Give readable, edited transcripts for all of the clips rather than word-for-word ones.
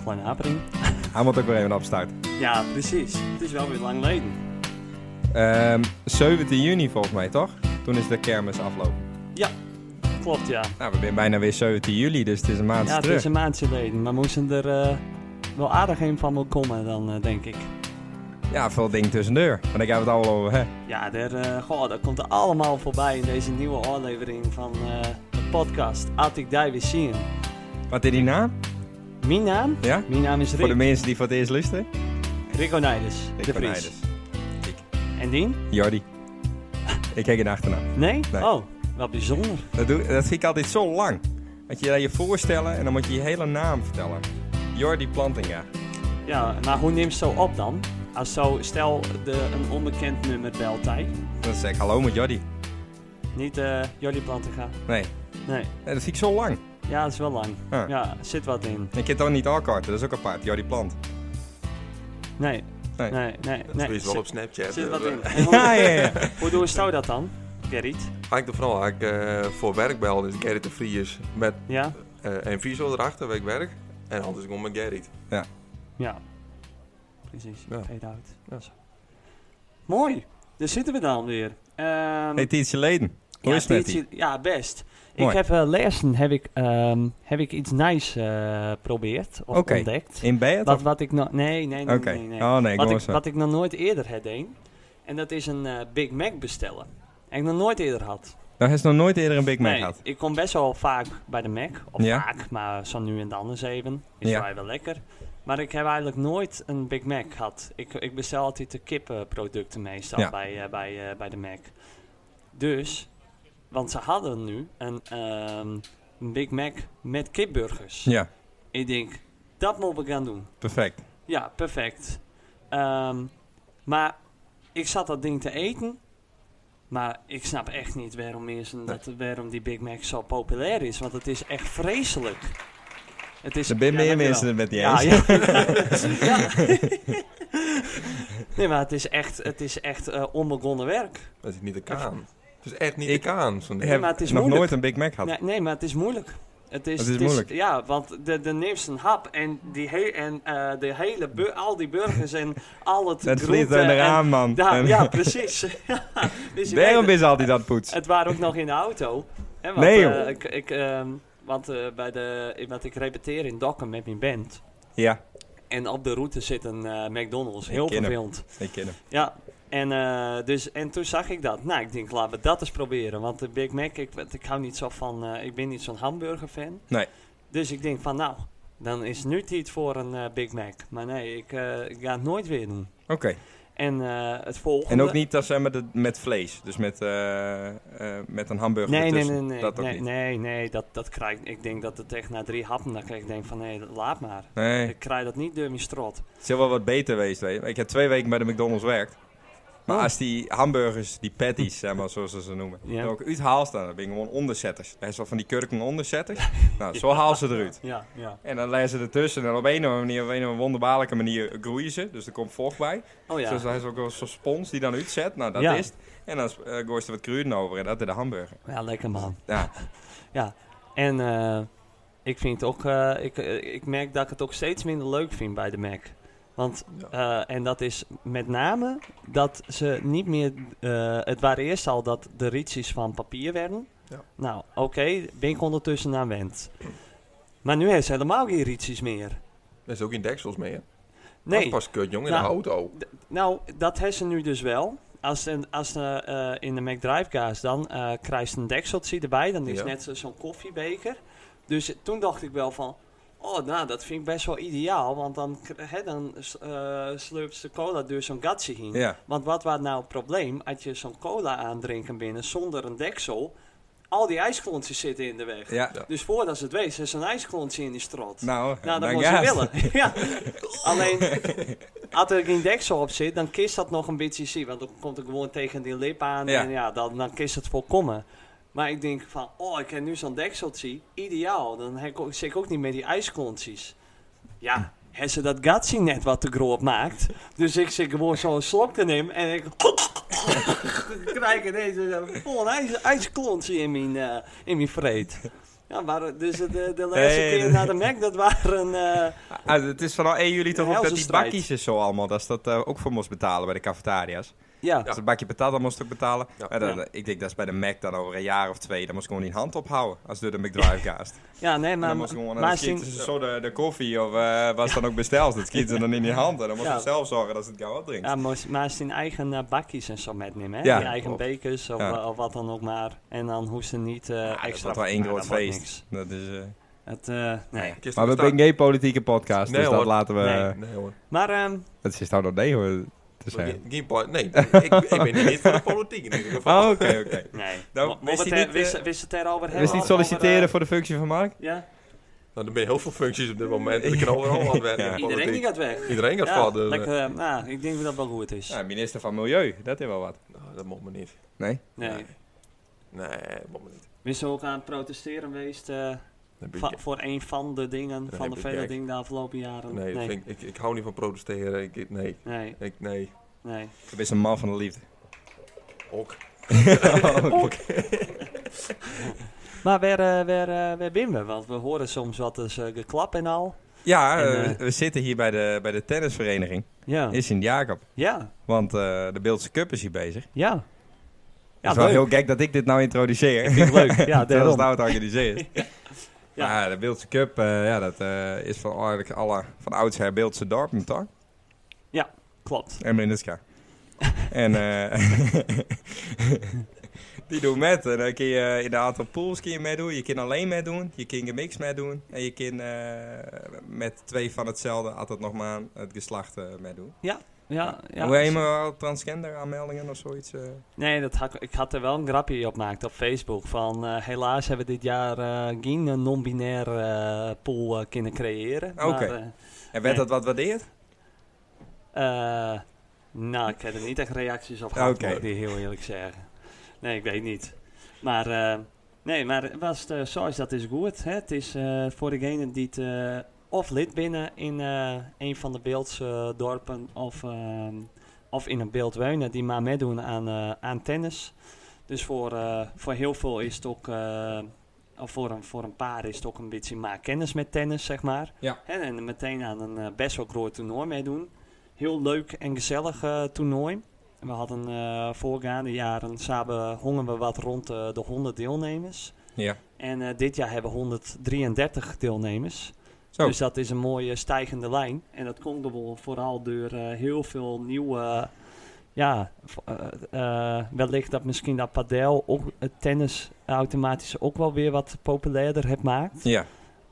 kleine hapering. Hij moet ook weer even opstarten. Ja, precies. Het is wel weer lang geleden. 17 juni volgens mij, toch? Toen is de kermis afgelopen. Ja, klopt ja. Nou, we zijn bijna weer 17 juli, dus het is een maand Ja, het terug. is een maandje geleden. Maar moesten er wel aardig een van wil komen dan, denk ik. Ja, veel dingen tussendoor. Maar daar gaan we het al over, hè? Ja, dat komt er allemaal voorbij in deze nieuwe aflevering van de podcast. Had ik daar weer zien. Wat is die naam? Mijn naam? Ja? Mijn naam is Rick. Voor de mensen die voor het eerst luisteren. Rico Nijdes, de Rico Vries. Nijdes. En Dien? Jordi. Ik heb geen achternaam. Nee? Nee. Oh, wel bijzonder. Dat vind ik altijd zo lang. Dat je je voorstellen en dan moet je je hele naam vertellen. Jordi Plantinga. Ja, maar hoe neemt je zo op dan? Als zo, stel een onbekend nummer belt hij. Dan zeg ik hallo met Jordi. Niet Jordi Plantinga. Nee. Nee. Dat vind ik zo lang. Ja, dat is wel lang. Ah. Ja, zit wat in. Ik heb toch niet afkorten, dat is ook apart. Jordi Plant. Nee. Nee. Dat is wel op Snapchat. Zit wat in. Ja. Hoe doe je dat dan, Gerrit? Hangt er vooral als ik voor werk bel, dus Gerrit de Vries met Ja? een Viso erachter, waar ik werk. En anders gewoon met Gerrit. Ja. Precies. Ja. Fade out. Ja. Zo. Mooi. Daar zitten we dan weer. Hey, tijdje geleden. Hoe is het met die? Ja, best. Mooi. Ik heb lessen heb ik iets nice geprobeerd of Oké. ontdekt. In bed? of? Wat ik nog... Nee. Oké. Oh nee, gewoon zo. Wat ik nog nooit eerder heb gedaan. En dat is een Big Mac bestellen. En ik nog nooit eerder had. Nou, heeft nog nooit eerder een Big Mac Nee, gehad. ik kom best wel vaak bij de Mac. Of Ja. vaak, maar zo nu en dan eens even. Is Ja. wel lekker. Maar ik heb eigenlijk nooit een Big Mac gehad. Ik bestel altijd de kippenproducten meestal Ja. bij de Mac. Dus, want ze hadden nu een Big Mac met kipburgers. Ja, Ik denk, dat moeten we gaan doen. perfect. Ja, perfect. Maar ik zat dat ding te eten. Maar ik snap echt niet waarom die Big Mac zo populair is. Want het is echt vreselijk. Het is, Er zijn meer dankjewel. mensen het met die Ja, eens. ja. Nee, maar het is echt onbegonnen werk. Dat is niet de kaan. Het is echt niet Ik de kaan. Zo'n Ik ding. heb maar het is nog moeilijk. nooit een Big Mac gehad. Nee, maar het is moeilijk. Het is moeilijk. Ja, want de neemt een hap en, al die burgers en al het Het groente vliegt er en- aan, man. Ja, precies. Dus je Daarom weet is altijd dat poets. het waren ook nog in de auto. Hè, want, Nee, joh. Want ik repeteer in Dokkum met mijn band. Ja, En op de route zit een McDonald's. Ik Heel ken hem. vervelend. ik ken hem. Ja, en toen zag ik dat. Nou, ik denk, laten we dat eens proberen. Want de Big Mac, ik hou niet zo van... ik ben niet zo'n hamburgerfan. Nee. Dus ik denk van, nou, dan is nu tijd voor een Big Mac. Maar nee, ik ga het nooit weer doen. Oké. En het volgende... En ook niet als met vlees. Dus met een hamburger Nee, ertussen. Dat ook niet. nee, dat krijg ik. Ik denk dat het echt na 3 happen, dan krijg ik denk van, nee, laat maar. Nee, Ik krijg dat niet door mijn strot. het is wel wat beter geweest. Weet je. Ik heb 2 weken bij de McDonald's gewerkt. Maar Oh. als die hamburgers, die patties, zeg maar, zoals ze noemen, Ja. dan ook uithaalt, dan ben je gewoon onderzetters. Hij is wel van die kurken onderzetters. Nou, zo halen ze eruit. Ja. En dan leggen ze ertussen en op een of andere manier, op een wonderbaarlijke manier groeien ze. Dus er komt vocht bij. Oh ja. Dus hij is ook wel zo'n spons die dan uitzet. Nou, dat Ja. is het. En dan gooit ze wat kruiden over en dat is de hamburger. Ja, lekker man. Ja, Ja, en ik vind ook, ik merk dat ik het ook steeds minder leuk vind bij de Mac. Want, en dat is met name dat ze niet meer, het waren eerst al dat de rietjes van papier werden. Ja. Nou, oké, ben ik ondertussen aan wend. Maar nu heeft ze helemaal geen rietjes meer. Er is ook geen deksels meer. Nee. Dat is pas kut, jongen, in Nou, de auto. Nou, dat heeft ze nu dus wel. Als ze in de McDrive gaat, dan krijgt ze een dekseltje erbij. Dan is Ja. net zo'n koffiebeker. Dus toen dacht ik wel van... Oh, nou, dat vind ik best wel ideaal. Want dan slurpt ze cola door zo'n gatje heen. ja. Want wat was nou het probleem? Als je zo'n cola aandrinken binnen zonder een deksel... Al die ijsklontjes zitten in de weg. Ja. Ja. Dus voordat ze het weet, is een ijsklontje in die strot. Nou, Nou, dat dan moet ze gaat het. willen. Ja. Alleen, als er geen deksel op zit, dan kist dat nog een beetje zien. Want dan komt er gewoon tegen die lip aan Ja. en ja, dan kist het volkomen. Maar ik denk van, oh, ik heb nu zo'n dekseltje. Ideaal. Dan zit ik ook niet met die ijsklontjes. Ja, hebben ze dat gatje net wat te groot maakt. Dus ik zit gewoon zo'n slok te nemen en ik... krijg ineens vol een ijsklontje in mijn vreet. Ja, maar dus de laatste keer naar de Mac, dat waren... Het is vanaf 1 juli toch ook dat die helzenstrijd. bakjes en zo allemaal, dat ze dat ook voor moest betalen bij de cafetaria's. ja. Als het bakje betaalt, dan moest het ook betalen. Ja. En dan, ik denk dat is bij de Mac dan over een jaar of 2, dan moest gewoon die hand ophouden als door de McDrive gaast. Ja, nee, En maar... dan moest gewoon, maar dan schieten ze zo de koffie of wat ze dan ook besteld. Dat schieten ze dan in die hand en dan moest Ja. ze zelf zorgen dat ze het gauw opdrinkt. Ja, maar zijn eigen bakjes en zo metnemen, hè? Ja, die eigen klopt. bekers of, Ja. of wat dan ook maar. En dan hoeven ze niet Dat extra... wordt wel één Nou, groot dat wordt feest. niks. Dat is, Nee. Kist maar we bestaan? zijn geen politieke podcast, Nee, dus dat hoor. laten we... Nee. Nee hoor. Maar Het is nou nog nee hoor, te zeggen. Nee, ik ben niet voor de politiek in ieder geval. Oh, oké. nee. Nou, Wist het erover Dus niet solliciteren voor de functie van Mark? Ja? Nou, er ben heel veel functies op dit moment. Ik kan overal aan werken. Ja. in de Iedereen die politiek. gaat weg. Iedereen gaat Ja, vallen. Dus, lekker, nou, ik denk dat dat wel goed is. Ja, minister van Milieu, dat is wel wat. nou, dat moet me niet. Nee? Nee. Nee, dat moet me niet. Wist je ook aan het protesteren geweest Dan ben ik- voor een van de dingen, Dan van heb de ik vele gek. dingen de afgelopen jaren? Nee, dat vind ik hou niet van protesteren. Nee. Nee. Je bent een man van de liefde. Ook. Maar waar ben we? Want we horen soms wat is geklap en al. Ja, En, we zitten hier bij de tennisvereniging Ja. in Sint-Jacob. Ja. Want de Beeldse Cup is hier bezig. Ja. Het Ja, is wel leuk. heel gek dat ik dit nou introduceer. Vind ik leuk. Ja, Terwijl daarom. het nou het organiseert. Ja. Maar de Beeldse Cup, dat is van eigenlijk van oudsher Beeldse dorpen, toch? Klopt. En Minneska. En die doen met. En dan kun je in een aantal pools kun je meedoen. Je kan alleen meedoen. Je kan gemixt meedoen. En je kan met 2 van hetzelfde altijd nog maar het geslacht meedoen. Ja. Hoe heb je wel transgender aanmeldingen of zoiets? Nee, ik had er wel een grapje op gemaakt op Facebook. Van helaas hebben we dit jaar geen non-binair pool kunnen creëren. Oké. Maar, En werd nee. dat wat waardeerd? nou, ik heb er niet echt reacties op gehad, Oké. moet ik die heel eerlijk zeggen. Nee, ik weet niet. Maar, maar het was zoals dat is goed. Hè? Het is voor degene die het of lid binnen in een van de Beeldse dorpen of in een beeld wonen die maar meedoen aan tennis. Dus voor heel veel is het ook, of voor een paar is het ook een beetje maar kennis met tennis, zeg maar. Ja. Hè? En meteen aan een best wel groot toernooi meedoen. Heel leuk en gezellig toernooi. We hadden voorgaande jaren samen hongen we wat rond de 100 deelnemers. Ja. En dit jaar hebben we 133 deelnemers. Zo. Dus dat is een mooie stijgende lijn. En dat komt vooral door heel veel nieuwe... wellicht dat misschien dat padel ook het tennis automatisch ook wel weer wat populairder heeft maakt. Ja.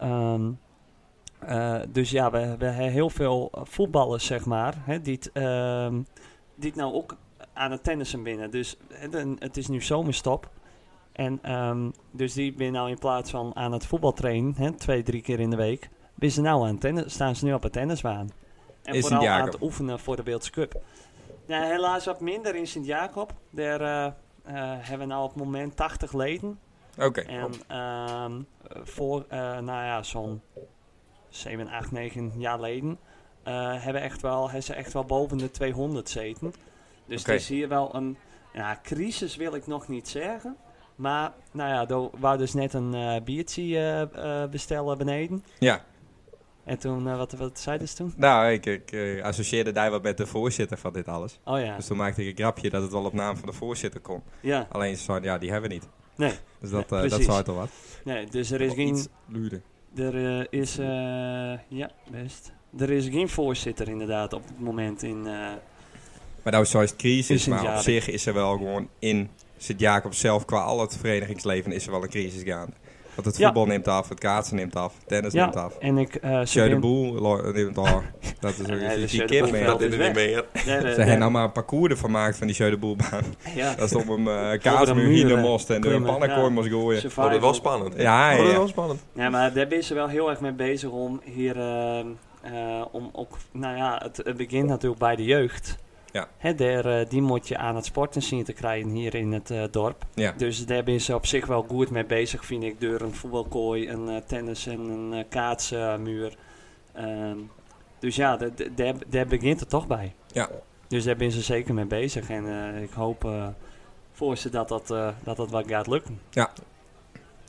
Dus ja, we hebben heel veel voetballers, zeg maar, hè, die het nou ook aan het tennissen binnen. Dus het is nu zomerstop. En dus die ben nou in plaats van aan het voetbaltrainen, 2-3 keer in de week, staan ze nu op het tennisbaan. En In vooral aan Sint-Jacob. het oefenen voor de Beeldse Cup. Ja, helaas wat minder in Sint-Jacob. Daar hebben we nou op het moment 80 leden. Oké. En voor zo'n 7, 8, 9 jaar geleden hebben ze echt wel boven de 200 zeten. Dus Oké. het is hier wel een crisis, wil ik nog niet zeggen. Maar er wou dus net een biertje bestellen beneden. Ja. En toen, wat zeiden ze toen? Nou, ik associeerde daar wat met de voorzitter van dit alles. Oh ja, Dus toen maakte ik een grapje dat het wel op naam van de voorzitter kon. ja, Alleen ze zeiden, ja, die hebben we niet. nee, Dus dat precies. zou toch wat. nee, dus er is Wel geen... iets luurder. Er is, ja, best. Er is geen voorzitter inderdaad op het moment in... Maar nou, zoals crisis, Is maar op Sint-Jacob. zich is er wel gewoon in Sint-Jacob zelf, qua al het verenigingsleven, is er wel een crisis gaande. Want het Ja. voetbal neemt af, het kaatsen neemt af, tennis Ja, neemt af. en ik... Jeu de Boel neemt af. Dat is ook Nee, de die Jeu de kip Boel mee. veld Dat is is er niet weg. meer. Ze hebben nou maar een parcours ervan gemaakt van die Jeu de Boelbaan. Ja, Dat is op een Over kaasmuur een muur, hier moest en door een klimmen, pannenkooi ja. moest gooien. Wordt het wel spannend. Ja, Wordt het ja. wel spannend. Ja, maar daar ben ze wel heel erg mee bezig om hier... om ook... het begint natuurlijk bij de jeugd. Ja. Die moet je aan het sporten zien te krijgen hier in het dorp. Ja. Dus daar ben ze op zich wel goed mee bezig, vind ik. Door een voetbalkooi, een tennis en een kaatsmuur. Dus ja, daar begint het toch bij. Ja. Dus daar ben ze zeker mee bezig. En ik hoop voor ze dat wat gaat lukken.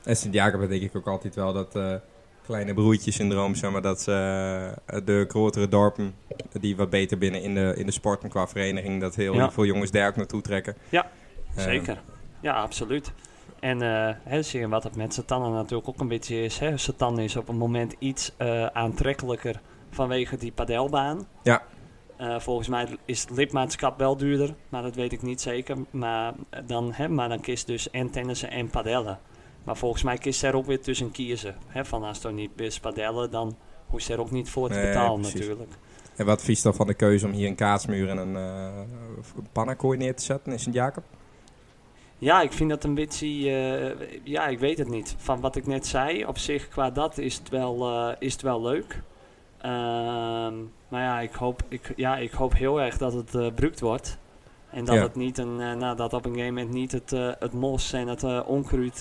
En Sint-Jacob had denk ik ook altijd wel dat kleine broertjes-syndroom, zeg maar, dat de grotere dorpen die wat beter binnen in de sporten qua vereniging, dat heel veel jongens daar ook naartoe trekken. Ja, zeker. Ja, absoluut. En zie je wat het met Satan natuurlijk ook een beetje is. Hè? Satan is op een moment iets aantrekkelijker vanwege die padelbaan. Ja. Volgens mij is het lidmaatschap wel duurder, maar dat weet ik niet zeker. Maar dan kies dus en tennissen en padellen. Maar volgens mij kies er ook weer tussen kiezen. Hè? Van als je niet wil padellen, dan hoef je er ook niet voor te betalen natuurlijk. En wat vies dan van de keuze om hier een kaatsmuur en een pannenkooi neer te zetten in Sint-Jacob? Ja, ik vind dat een beetje... ik weet het niet. Van wat ik net zei, op zich qua dat is het wel leuk. Maar ja, ik hoop heel erg dat het gebruikt wordt. En dat het niet dat op een gegeven moment niet het mos en het onkruid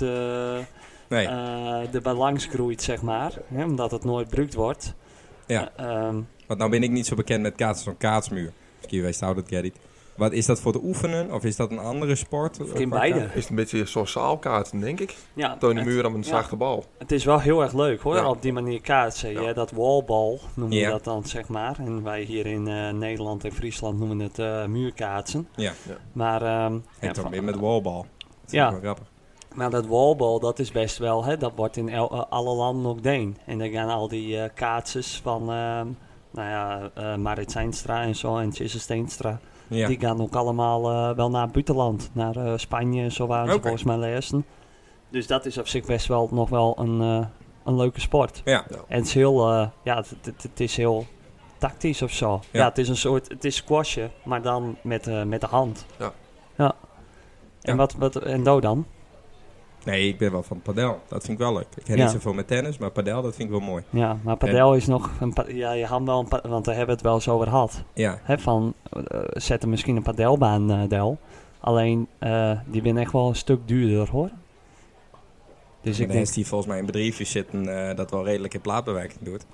de balans groeit, zeg maar. Hè, omdat het nooit gebruikt wordt. Ja, want nou ben ik niet zo bekend met zo'n kaatsmuur. Misschien weet je dat, Gerrit. Wat is dat voor te oefenen? Of is dat een andere sport? In beide. Is het een beetje zo'n zaalkaarten, denk ik? Ja. Toon de muur aan een zachte bal. Het is wel heel erg leuk hoor, op die manier kaatsen. Ja. Ja, dat wallball noemen we dat dan, zeg maar. En wij hier in Nederland en Friesland noemen het muurkaatsen. Ja. Maar... en toch weer met wallball. Dat is wel grappig. Maar dat wallball, dat is best wel, hè, dat wordt in alle landen ook deen. En dan gaan al die kaatsers van, Marit Zijnstra en zo en Tjisse Steenstra... Ja. Die gaan ook allemaal wel naar het buitenland, naar Spanje en zo waren ze volgens mij lezen. Dus dat is op zich best wel nog wel een leuke sport. Ja. En het is heel, het is heel tactisch of zo. Ja, het is een soort, het is squashen, maar dan met de hand. Ja. En Do dan? Nee, ik ben wel van padel. Dat vind ik wel leuk. Ik ken niet zoveel met tennis, maar padel, dat vind ik wel mooi. Ja, maar padel is nog... je had wel want daar hebben we het wel eens over gehad. Ja. Hè, zetten misschien een padelbaan del. Alleen, die ben echt wel een stuk duurder, hoor. Dus ik denk... die volgens mij in bedrijfjes zitten dat wel redelijk in plaatbewerking doet.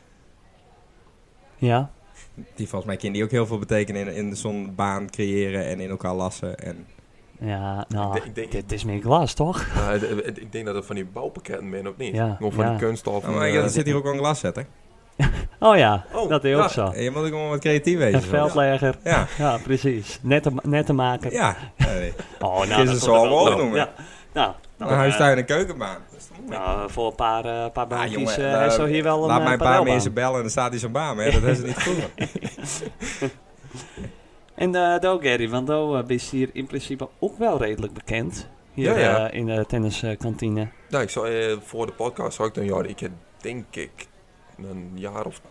Ja. Die volgens mij kan die ook heel veel betekenen in zo'n baan creëren en in elkaar lassen en... Ja, nou, dit is meer glas, toch? Ja, ik denk dat het van die bouwpakketten ben, of niet? Ja, gewoon van die kunststof. Maar er zit hier ook wel een glaszetter. Oh ja, dat is ook zo. Je moet ook gewoon wat creatief wezen. Een veldlegger. Ja, precies. Net te maken. Ja. Oh, nou, dat is zo wel noemen. Ja. Nou, een huistuin en keukenbaan. Nou, voor een paar baantjes is zo hier wel een laat mij een paar padelbaan. mensen bellen en dan staat hij zo'n baan. Maar dat is het niet goed. En Gary, want is hier in principe ook wel redelijk bekend. Hier in de tenniskantine. Ja, ik zou voor de podcast zou ik dan, ik heb denk ik een jaar of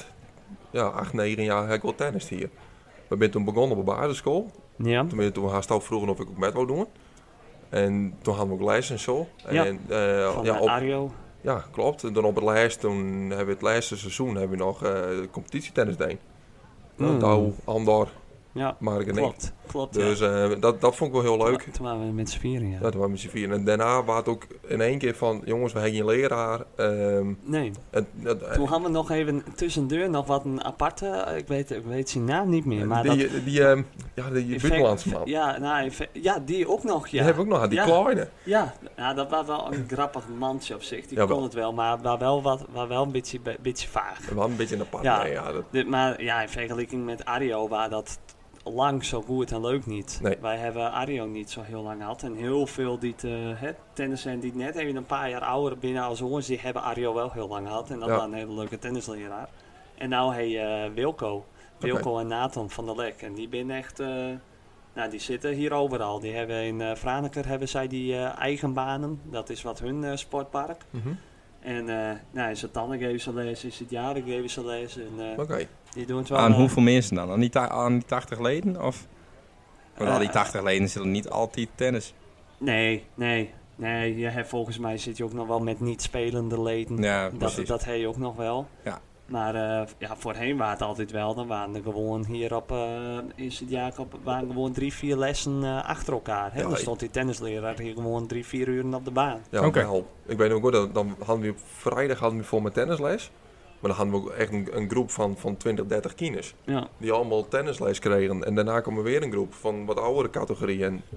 8, 9 jaar heb ik wel tennis hier. We zijn toen begonnen op de basisschool. Ja. Toen haast al vroegen of ik ook met wou doen. En toen hadden we ook les en zo. Ja, en, van Ario. Ja, klopt. En dan op het lijst, toen hebben we het laatste seizoen hebben we nog competitietennis gedaan. Nou, Andor. Ja, klopt. Dus dat vond ik wel heel leuk. Toen waren we met z'n vieren, ja. Ja, toen waren we met z'n vieren. En daarna was het ook in één keer van, jongens, we hebben geen leraar. Nee. Toen hadden we nog even tussendeur nog wat een aparte, ik weet zijn naam niet meer. Maar die buitenlandse man. Ja, die ook nog, ja. Die hebben we ook nog, die kleine. Ja, dat was wel een grappig mandje op zich. Die kon het wel, maar was wel een beetje vaag. We hadden een beetje een apart. Maar ja, in vergelijking met Ario was dat lang zo goed en leuk niet. Nee. Wij hebben Ario niet zo heel lang gehad. En heel veel die tennissen die net even een paar jaar ouder binnen als ons, die hebben Ario wel heel lang gehad. En dat was een hele leuke tennisleraar. En nou Wilco en Nathan van der Lek. En die ben echt... die zitten hier overal. Die hebben in Franeker hebben zij die eigen banen. Dat is wat hun sportpark. Mm-hmm. En in Sint-Anne geven ze les, in Sint-Jaren geven ze les. Oké. Die doen het wel. Aan hoeveel mensen dan? Aan die 80 leden? Of? Want al die 80 leden zullen niet altijd tennis. Nee. Je hebt, volgens mij zit je ook nog wel met niet-spelende leden. Ja, dat heb je ook nog wel. Ja. Maar voorheen was het altijd wel. Dan waren er gewoon hier in Sint-Jacob gewoon 3-4 lessen achter elkaar. Hè? Dan stond die tennisleraar hier gewoon 3-4 uur op de baan. Ja, wel. Ik weet ook goed, dan hadden we op vrijdag voor mijn tennisles. Maar dan hadden we ook echt een groep van 20, 30 kines. Ja. Die allemaal tennisles kregen. En daarna kwam er weer een groep van wat oudere categorieën. En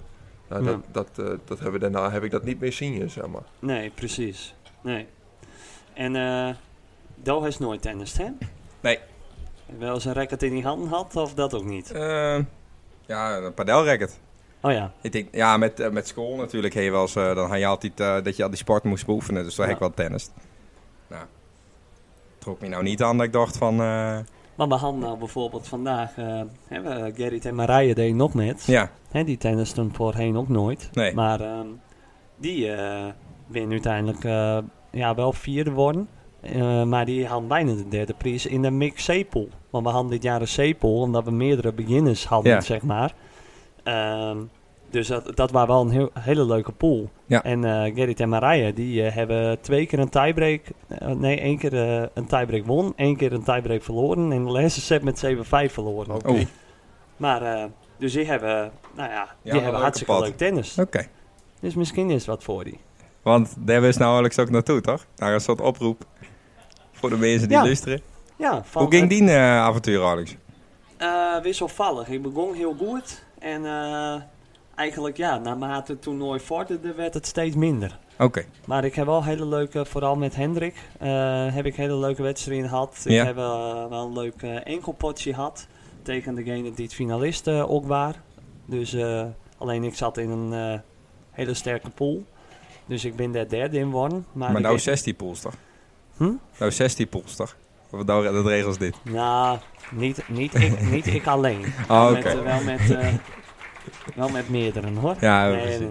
Nou, dat hebben we daarna heb ik dat niet meer zien, zeg maar. Nee, precies. Nee. En Doe heeft nooit tennist, hè? Nee. Wel eens een racket in die handen had, of dat ook niet? Ja, een padelracket. Oh ja. Ik denk, ja, met school natuurlijk. Dan had je altijd dat je al die sport moest beoefenen. Dus daar heb ik wel tennis. Nou, trok me nou niet aan dat ik dacht van... Maar we hadden nou bijvoorbeeld vandaag... Gerrit en Marije deden nog met. Ja. Hè, die tennisten voorheen ook nooit. Nee. Maar die winnen uiteindelijk wel vierde worden. Maar die hadden bijna de derde prijs in de mix C-pool. Want we hadden dit jaar een C-pool, omdat we meerdere beginners hadden, zeg maar. Dus dat was wel een hele leuke pool. Ja. En Gerrit en Marije, die hebben 2 keer een tiebreak... 1 keer een tiebreak won, 1 keer een tiebreak verloren. En de laatste set met 7-5 verloren. Oké. Oh. Maar, dus die hebben, hebben hartstikke pad. leuk tennis. Oké. Dus misschien is wat voor die. Want daar is nou Alex ook naartoe, toch? Naar een soort oproep. Voor de mensen die luisteren. Ja, Hoe ging die avontuur, Alex? Wisselvallig. Ik begon heel goed. En eigenlijk, naarmate het toernooi vorderde, werd het steeds minder. Oké. Maar ik heb wel hele leuke, vooral met Hendrik, heb ik hele leuke wedstrijden gehad. Ja. Ik heb wel een leuk enkelpotje gehad tegen degene die het finalist ook waren. Dus alleen ik zat in een hele sterke pool. Dus ik ben daar derde in geworden. Maar nou 16 pools, toch? Nou 16 pools, toch? Of dat regels dit? Nou, niet ik alleen. Oh, oké. Wel met meerdere, hoor. Ja, nee.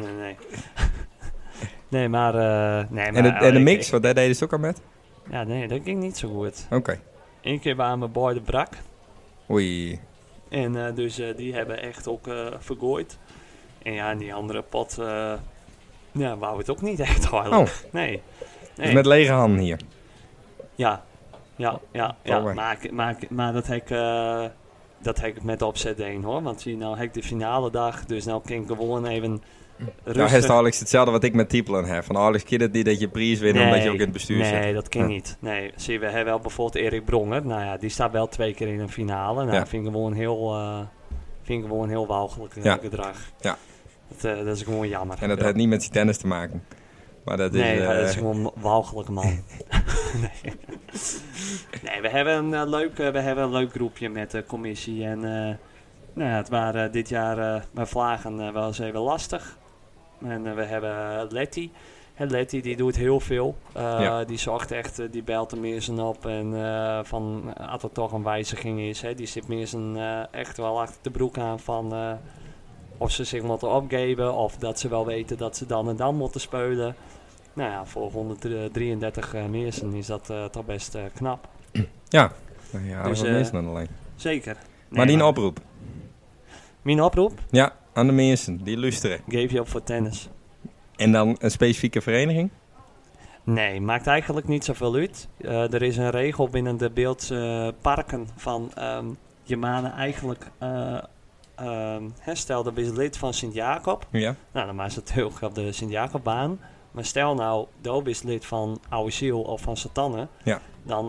Nee, maar... en de mix, wat daar deden ze ook al met? Ja, nee, dat ging niet zo goed. Oké. Eén keer waren mijn borden brak. Oei. En dus die hebben echt ook vergooid. En ja, in die andere pot... wou het ook niet echt eigenlijk. Oh. Nee. Dus met lege handen hier. Ja. Oh, Maar dat heb ik met opzet heen, hoor. Want zie je, nou heb ik de finale dag. Dus nou kan ik gewoon even rustig... Nou, heeft Alex hetzelfde wat ik met Tiepelen heb. Van Alex, kind het niet dat je prijs wint omdat je ook in het bestuur zit. Nee, dat kan niet. Nee, zie je, we hebben wel bijvoorbeeld Erik Bronger. Nou ja, die staat wel 2 keer in een finale. Nou, dat vind ik gewoon heel walgelijk gedrag. Ja. Dat is gewoon jammer. En dat heeft niet met zijn tennis te maken. Maar dat is... dat is gewoon een walgelijke man. Nee, we hebben een leuk groepje met de commissie. En het waren dit jaar bij Vlagen wel eens even lastig. En we hebben Letty. En Letty die doet heel veel. Die zorgt echt, die belt er meer zijn op. En als er toch een wijziging is, die zit meer zijn echt wel achter de broek aan van... of ze zich moeten opgeven, of dat ze wel weten dat ze dan en dan moeten spelen. Nou ja, voor 133 mensen is dat toch best knap. Ja, dat dus, is mensen dan alleen. Zeker. Maar die oproep? Mijn oproep? Ja, aan de mensen die luisteren. Geef je op voor tennis. En dan een specifieke vereniging? Nee, maakt eigenlijk niet zoveel uit. Er is een regel binnen de beeldparken van je manen eigenlijk... stel dat is lid van Sint-Jacob. Ja. Nou, dan is het heel op de Sint-Jacobbaan. Maar stel nou, Doop is lid van Oude Ziel of van Satanne. Ja. Dan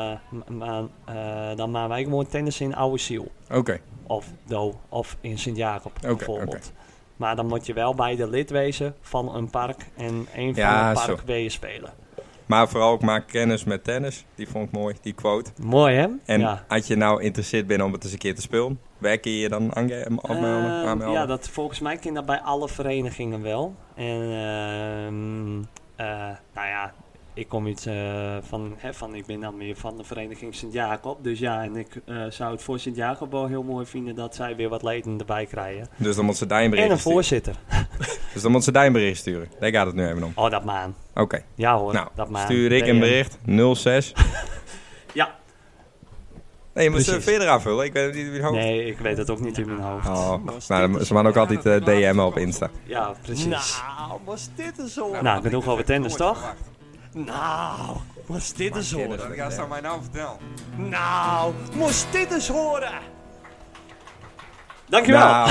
maken wij gewoon tennis in Oude Ziel. Oké. Of Doop of in Sint-Jacob bijvoorbeeld. Okay. Maar dan moet je wel bij de lid wezen van een park en een van de park wil je spelen. Maar vooral ook maak kennis met tennis. Die vond ik mooi, die quote. Mooi, hè? En als je nou geïnteresseerd bent om het eens een keer te spelen, waar kun je dan aanmelden? Ja, dat volgens mij kan dat bij alle verenigingen wel. En ik kom iets van ik ben dan meer van de vereniging Sint-Jacob. Dus ja, en ik zou het voor Sint-Jacob wel heel mooi vinden dat zij weer wat leden erbij krijgen. Dus dan moet ze daar een bericht en een voorzitter. Dus dan moet ze daar een bericht sturen. Daar gaat het nu even om. Oh, dat maan. Oké. Ja hoor, nou, dat maan. Stuur ik een bericht, 06. Ja. Nee, je moet ze verder aanvullen. Ik weet het niet in mijn hoofd. Nee, ik weet het ook niet in mijn hoofd. Nou, ze maken ook altijd DM'en op Insta. Ja, precies. Nou, was dit een zo? Nou, genoeg over tennis, toch? Nou, moest dit eens horen. Dat ga je mij nou vertellen. Nou, moest dit eens horen. Dankjewel. Nou,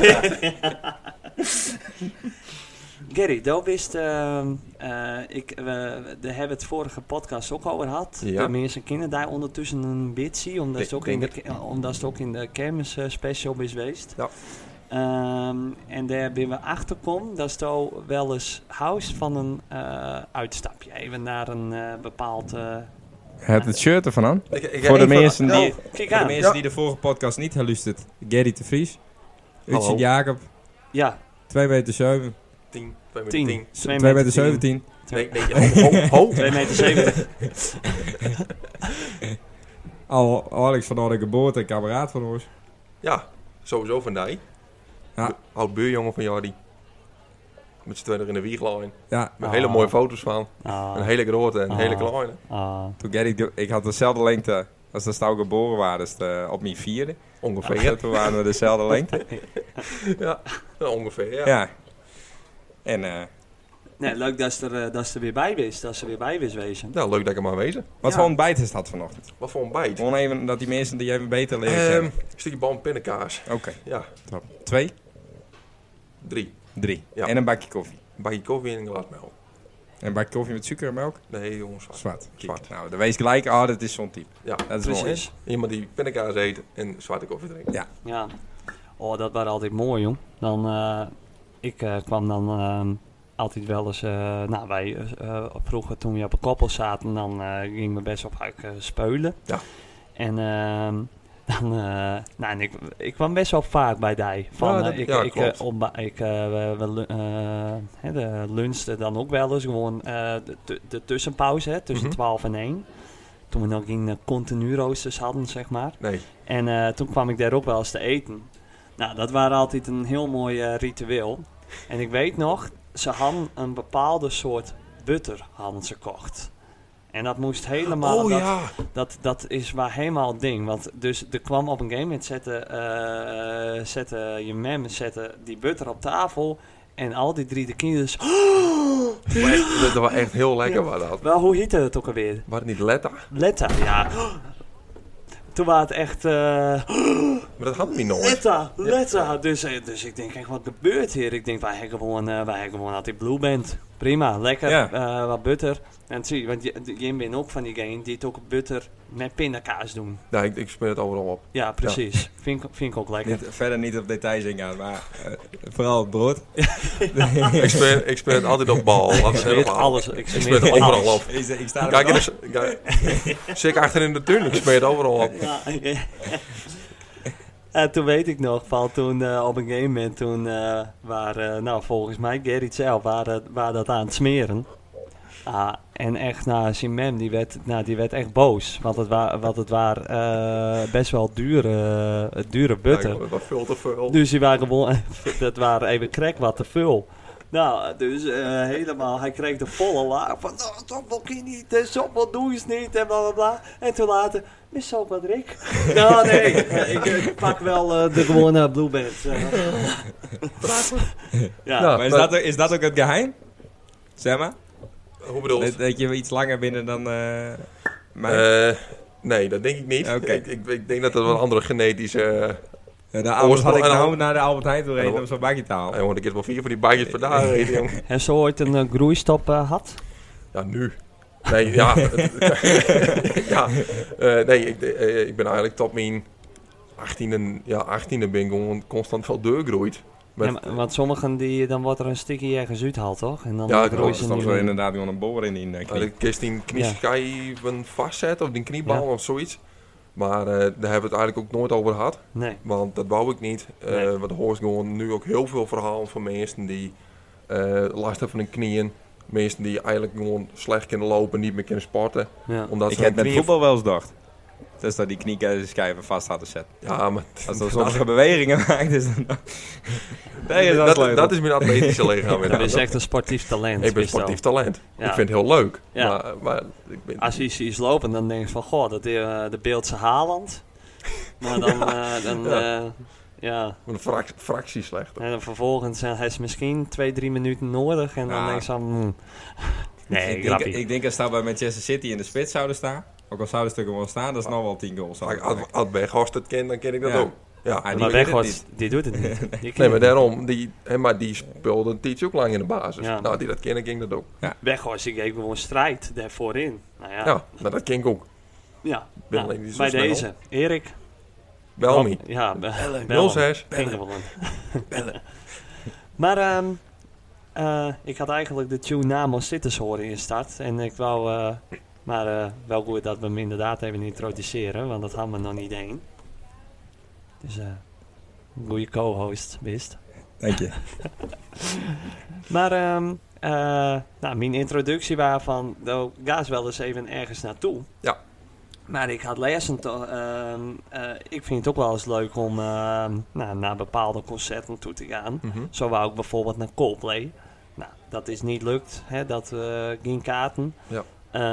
Gerry, dat wist... we hebben het vorige podcast ook over gehad. Ja. De mensen kennen daar ondertussen een beetje, omdat het ook in de kermis special is geweest. Ja. En daar ben we achterkomen. Dat is toch wel eens huis van een uitstapje. Even naar een bepaald... Het shirt ervan aan. Ik Voor de even- mensen Ja, die... Kijk Voor de aan. mensen die de vorige podcast niet hebben geluisterd. Gary de Vries. Hallo. Utsi Jacob. Ja, 2 meter 7. 10, 2 10. 10. 2 meter 17. Nee, ho. 2,70 meter. Alex van Orde geboorte, een kameraad van ons. Ja, sowieso van die. Ja. Oud buurjongen van Jordi. Met z'n tweeën er in de wieglijn. Ja, Met hele mooie foto's van. Een hele grote en een hele kleine. toen Gary... Ik had dezelfde lengte als dat Stouw geboren was. Dus op mijn 4e. Ongeveer. Toen waren we dezelfde lengte. Ja, ongeveer, ja. Ja. En Nee, leuk dat ze er weer bij wist. Dat ze weer bij wist wezen. Nou, leuk dat ik er maar wezen. wat Ja. voor ontbijt is dat vanochtend? Wat voor een bijt? Gewoon even dat die mensen die even beter leren kennen. Een stukje bal en pindakaas. Oké, Ja, top. 2, 3. 3. Ja. En een bakje koffie. Een bakje koffie en een glas melk. En een bakje koffie met suiker en melk? Nee, jongens. Zwart. Zwart. Kijk, nou, dan wees gelijk, dat is zo'n type. Ja, Dat is mooi. Precies. iemand die pindakaas eet en zwarte koffie drinkt. Ja. Oh, dat was altijd mooi, jong. Dan, ik kwam dan altijd wel eens... wij vroeger toen we op een koppel zaten, dan gingen we best op speulen. Ja. En dan... en ik kwam best wel vaak bij die. Van, klopt. we lunchten dan ook wel eens. Gewoon de tussenpauze, hè, tussen 12 en 1. Toen we nog geen continu roosters hadden, zeg maar. Nee. En toen kwam ik daar ook wel eens te eten. Nou, dat waren altijd een heel mooi ritueel. En ik weet nog, ze hadden een bepaalde soort butter hadden ze kocht. En dat moest helemaal... Oh ja. Dat is waar helemaal het ding. Want dus er kwam op een gegeven moment zette je mem die butter op tafel. En al die 3 de kinderen... Dat was echt heel lekker. Was dat. Wel, hoe heette het ook alweer? Was het niet Letta? Letta, ja. Toen was het echt... Maar dat had niet nooit. Letta. Dus ik denk, echt, wat gebeurt hier? Ik denk, wij hebben gewoon altijd Blue Band. Prima, lekker, Ja. wat butter. En zie, want je bent ook van diegene die het ook butter met pindakaas doen. Ja, ik smeer het overal op. Ja, precies. Vind ik ook lekker. Verder niet op details ingaan, maar vooral het brood. Ik smeer het altijd op bal. Ik smeer alles. Ik smeer het overal op. Ik sta er Kijk, wel. zit ik achter in de tuin. Ik smeer het overal op. Ja. En toen weet ik nog, van toen op een gegeven moment, toen waren, volgens mij Gerrit zelf, waren dat aan het smeren. En echt, zijn mem, die werd echt boos. Want het waren best wel dure butter. Ja, dat was veel te veel. Dus die waren gewoon, dat waren even krek wat te veel. Nou, dus helemaal, hij kreeg de volle laag van, zoveel kan je niet, zoveel doe je niet, en bla bla bla. En toen later, is zo wat Rick? Nou nee, ik pak wel de gewone Blue Band. Ja. Ja. Maar is dat ook het geheim? Zeg maar? Hoe bedoel je? Dat je iets langer binnen dan mij? Nee, dat denk ik niet. Oké. Ik denk dat dat wel een andere genetische... Anders had ik en nou dan- naar de Albert Heijn toe reden om zo'n bakje te halen. Jongen, ik heb wel 4 van die bakjes per dag eten, jongen. Heb je ooit een groeistop gehad? Ja, nu. Nee, ja. Ik ben eigenlijk tot mijn 18e ben ik gewoon constant veel doorgroeid. Met, Want sommigen, dan wordt er een stukje ergens uitgehaald, toch? En dan Ja, groeien klopt. ze Dan niet zo meer. inderdaad gewoon een boor in die knie. ik kist die knieschijven vastzetten of die kniebal Ja. of zoiets. Maar daar hebben we het eigenlijk ook nooit over gehad. Nee. Want dat wou ik niet. Nee. Want er hoort gewoon nu ook heel veel verhalen van mensen die last hebben van hun knieën. Mensen die eigenlijk gewoon slecht kunnen lopen, niet meer kunnen sporten. Ja. Omdat Ik ze heb hun met voetbal wel eens gedacht. Dus dat die knieschijven vast hadden zetten. Ja, maar Als er sommige bewegingen maakt, is dan... dat is mijn atletische lichaam. Dat is echt een sportief talent. Ik ben wist je wel. sportief talent. Ja. Ik vind het heel leuk. Ja. Maar ik ben... Als je iets lopen, dan denk je van, goh, dat is de Beeldse Haaland. Maar dan, ja. Een fractie slechter. En dan vervolgens hij is misschien 2-3 minuten nodig. En dan Ja. denk je van, nee, grapje. ik denk als ze bij Manchester City in de spits zouden staan. Ook al zouden ze er gewoon staan, dat is nog wel 10 goals. Als Weghorst het kent, dan ken ik dat Ja. ook. Ja. Ah, die Maar weet het Weghorst, die doet het niet. Die Nee, kan maar niet. daarom, die speelde een tijdje ook lang in de basis. Ja. Nou, die dat ken ik, ging dat ook. Weghorst, die geeft gewoon strijd daarvoor in. Nou ja, Ja, maar dat ken ik ook. ja. ben Nou, alleen niet zo bij snel. deze. Erik. Wel niet. Ja, 06. Ging gewonnen. Maar ik had eigenlijk de tune Namo Cities horen in start. En ik wou... wel goed dat we hem inderdaad even introduceren. Want dat hadden we nog niet één. Dus goede co-host, best. Dank je. Maar mijn introductie waren van... ga eens wel eens even ergens naartoe. Ja. Maar ik had lezen... ik vind het ook wel eens leuk om naar bepaalde concerten toe te gaan. Mhm. Zo wou ik bijvoorbeeld naar Coldplay. Nou, dat is niet lukt. Hè, dat geen kaarten. Ja.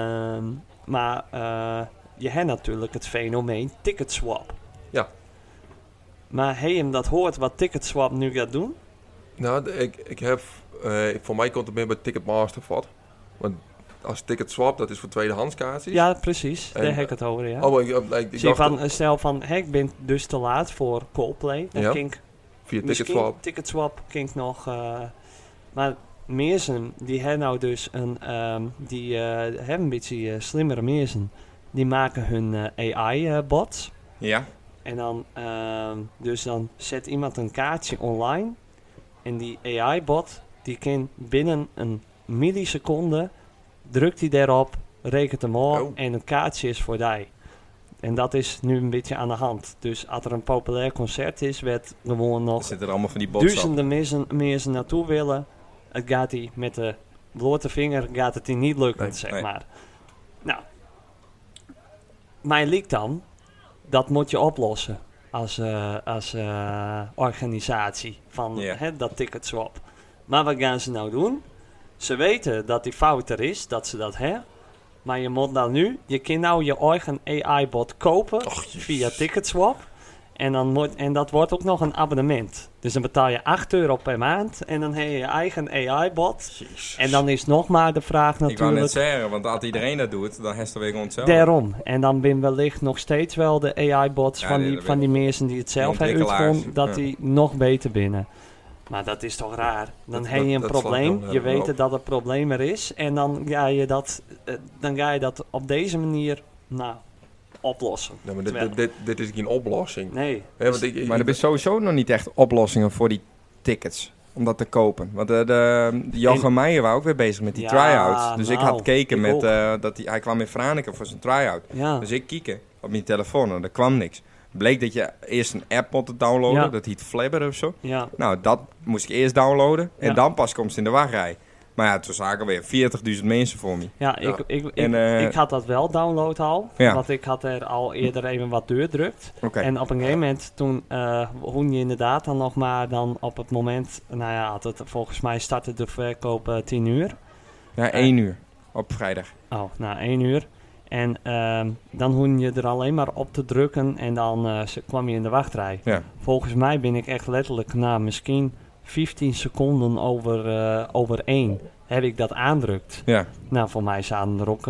Maar je hebt natuurlijk het fenomeen ticketswap. Ja. Maar heb je hem dat hoort wat ticketswap nu gaat doen? Nou, ik heb... voor mij komt het meer bij Ticketmaster vat. Want als Ticketswap, dat is voor tweedehands kaartjes. Ja, precies. En, Daar heb ik het over, ja. Oh, ik Zie je dacht... stel van, ik ben dus te laat voor Coldplay. Dan Ja. kan ik via misschien Ticketswap. ticketswap kan ik nog... maar mensen, die hebben nou dus hebben een beetje slimmere mensen. Die maken hun AI-bots. Ja. En dan, dus dan zet iemand een kaartje online. En die AI-bot, die kan binnen een milliseconde, drukt hij daarop, rekent hem op Oh. en een kaartje is voor die. En dat is nu een beetje aan de hand. Dus als er een populair concert is, werd gewoon Er nog zitten er allemaal van die bots op. duizenden mensen naartoe willen. Het gaat die met de blote vinger gaat het die niet lukken, Nee, zeg nee. maar. Nou, mij lijkt dan, dat moet je oplossen als organisatie van Ja. dat ticketswap. Maar wat gaan ze nou doen? Ze weten dat die fout er is, dat ze dat hebben. Maar je moet dan nu, je kan nou je eigen AI-bot kopen Och, jezus. via ticketswap. En dat wordt ook nog een abonnement. Dus dan betaal je €8 per maand en dan heb je je eigen AI-bot. Jezus. En dan is nog maar de vraag Ik wou net natuurlijk... zeggen, want als iedereen dat doet, dan heeft er weer gewoon hetzelfde. Daarom. En dan ben wellicht nog steeds wel de AI-bots Ja, van, nee, die, dat van weet die ik. mensen die het zelf Die hebben ontwikkelaars, uitgevonden, dat ja. die nog beter binnen. Maar dat is toch raar. Dan Dat- heb je een dat slaat probleem, heel je erg weet op. dat het probleem er is en dan ga je dat op deze manier oplossen. Ja, maar Terwijl- dit is geen oplossing. Nee. Hè, want ik- Maar er is sowieso nog niet echt oplossingen voor die tickets. Om dat te kopen. Want de Jochem Meijer was ook weer bezig met die Ja, try-outs. Dus ik nou, had gekeken ik met ook. hij kwam in Franeker voor zijn try-out. Ja. Dus ik kieken op mijn telefoon en er kwam niks. Bleek dat je eerst een app moet downloaden. Ja. Dat heet Flabber of zo. Ja. Nou, dat moest ik eerst downloaden. En Ja. dan pas komt ze in de wachtrij. Maar ja, toen zag ik alweer 40.000 mensen voor me. Ja, Ja. ik had dat wel download al. Ja. Want ik had er al eerder even wat doordrukt. Oké. En op een gegeven moment toen hoen je inderdaad dan nog maar dan op het moment... Nou ja, volgens mij startte de verkoop 10 uur. Ja, 1 uur op vrijdag. Oh, nou 1 uur. En dan hoen je er alleen maar op te drukken en dan kwam je in de wachtrij. Ja. Volgens mij ben ik echt letterlijk na misschien 15 seconden over 1 heb ik dat aandrukt. Ja. Nou, voor mij zaten er ook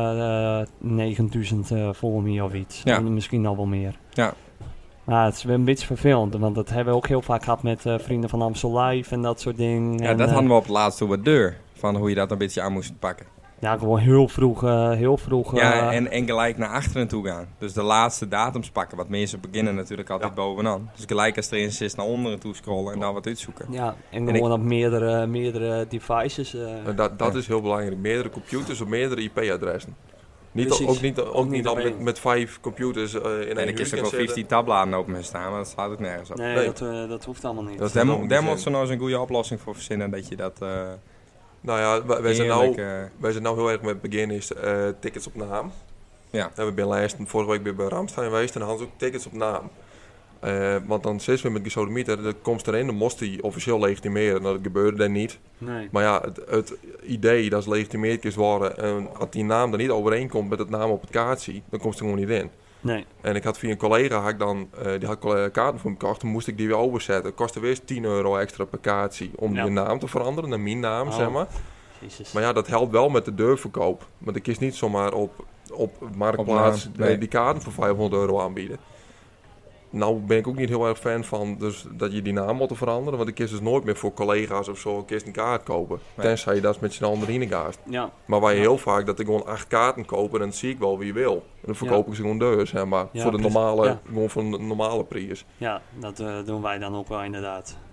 9000 voor me of iets. Ja. En misschien nog wel meer. Ja. Maar het is wel een beetje vervelend, want dat hebben we ook heel vaak gehad met Vrienden van Amstel Live en dat soort dingen. Ja, En, dat hadden we op het laatste op de deur. Van hoe je dat een beetje aan moest pakken. Ja, gewoon heel vroeg. Ja, en gelijk naar achteren toe gaan. Dus de laatste datums pakken. Want mensen beginnen natuurlijk altijd bovenaan. Dus gelijk als er eens is naar onderen toe scrollen en dan wat uitzoeken. Ja, en En gewoon op meerdere devices. Dat is heel belangrijk. Meerdere computers op meerdere IP-adressen. Precies. Ook niet op al één. met 5 computers in En één ik huis is er gaan wel zitten. 15 tabbladen open mee staan, maar dat slaat ook nergens op. Nee, Nee. dat hoeft allemaal niet. Dat is Daar helemaal niet moet zin. ze nou eens een goede oplossing voor verzinnen dat je dat Nou ja, wij zijn eerlijk... nou heel erg met het begin is tickets op naam. Ja. En we zijn vorige week bij Ramstein geweest en dan hadden ze ook tickets op naam. Want dan zitten we met gesodemieter, dan komt erin, dan moest hij officieel legitimeren. Nou, dat gebeurde dan niet. Nee. Maar ja, het idee dat ze legitimeerd is worden en als die naam dan niet overeenkomt met het naam op het kaartje, dan komt ze gewoon niet in. Nee. En ik had via een collega, die had kaarten voor me gekocht, dan moest ik die weer overzetten. Het kostte weer €10 extra per kaartje om Ja. die naam te veranderen naar mijn naam, Oh. zeg maar. Jezus. Maar ja, dat helpt wel met de deurverkoop. Want ik kies niet zomaar op Marktplaats Op naam, nee. die kaarten voor €500 aanbieden. Nou ben ik ook niet heel erg fan van dus dat je die naam moet veranderen. Want ik kies dus nooit meer voor collega's of zo een kaart kopen. Nee. Tenzij je dat is met z'n anderen in gaat. Ja. Maar waar je Ja. heel vaak dat ik gewoon 8 kaarten koop en dan zie ik wel wie wil. En dan verkoop ik ze gewoon deur, zeg maar. Ja, voor de precies. normale, Ja. gewoon voor de normale prijs. Ja, dat doen wij dan ook wel inderdaad.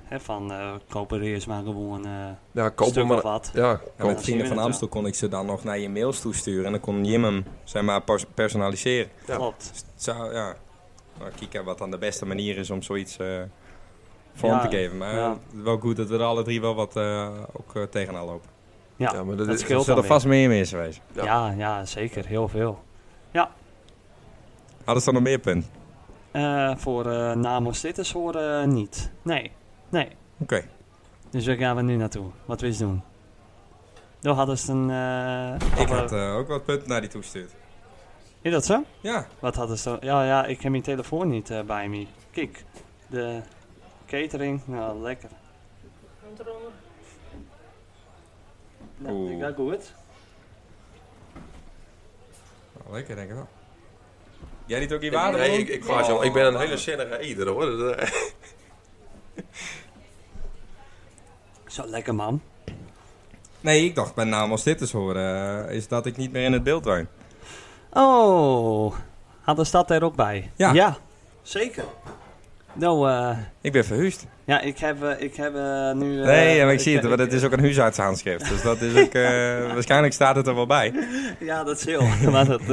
Hè, van coöpereers maar gewoon Ja, een kopen stuk maar... of wat. Ja, Ja, koop. met Vrienden van Amstel kon ik ze dan nog naar je mails toesturen. En dan kon Jim hem, zeg maar, personaliseren. Ja. Klopt. Dus het zou, ja, nou, kijken wat dan de beste manier is om zoiets vorm Ja, te geven. Maar ja. het is wel goed dat we er alle drie wel wat ook tegenaan lopen. Ja, Ja, maar dat dat is... scheelt Er zullen dan vast meer mensen wezen. Ja. Ja, zeker. Heel veel. Hadden ze dan nog meer punten? Voor Namos Stitters horen niet. Nee. Oké. Dus waar gaan we nu naartoe? Wat wil je doen? Dan hadden ze een... Ik had ook wat punten naar die toestuurd. Is dat zo? Ja. Wat hadden ze... Ja, ik heb mijn telefoon niet bij me. Kijk, de catering. Nou, lekker. Nou, Oeh. die gaat goed. Nou, lekker denk ik wel. Jij niet ook hier water? Nee, ik vraag je al. Ik ben een hele zinnige eter, hoor. Dat, Zo lekker, man. Nee, ik dacht bij naam als dit eens horen, is dat ik niet meer in het beeld woon. Oh, hadden ze dat er ook bij? Ja. Zeker. Nou, Ik ben verhuisd. ja, ik heb nu... Nee, maar ik zie het, want het is ook een huisartsaanschrift. Dus dat is ook, waarschijnlijk staat het er wel bij. Ja, dat is heel. Maar dat,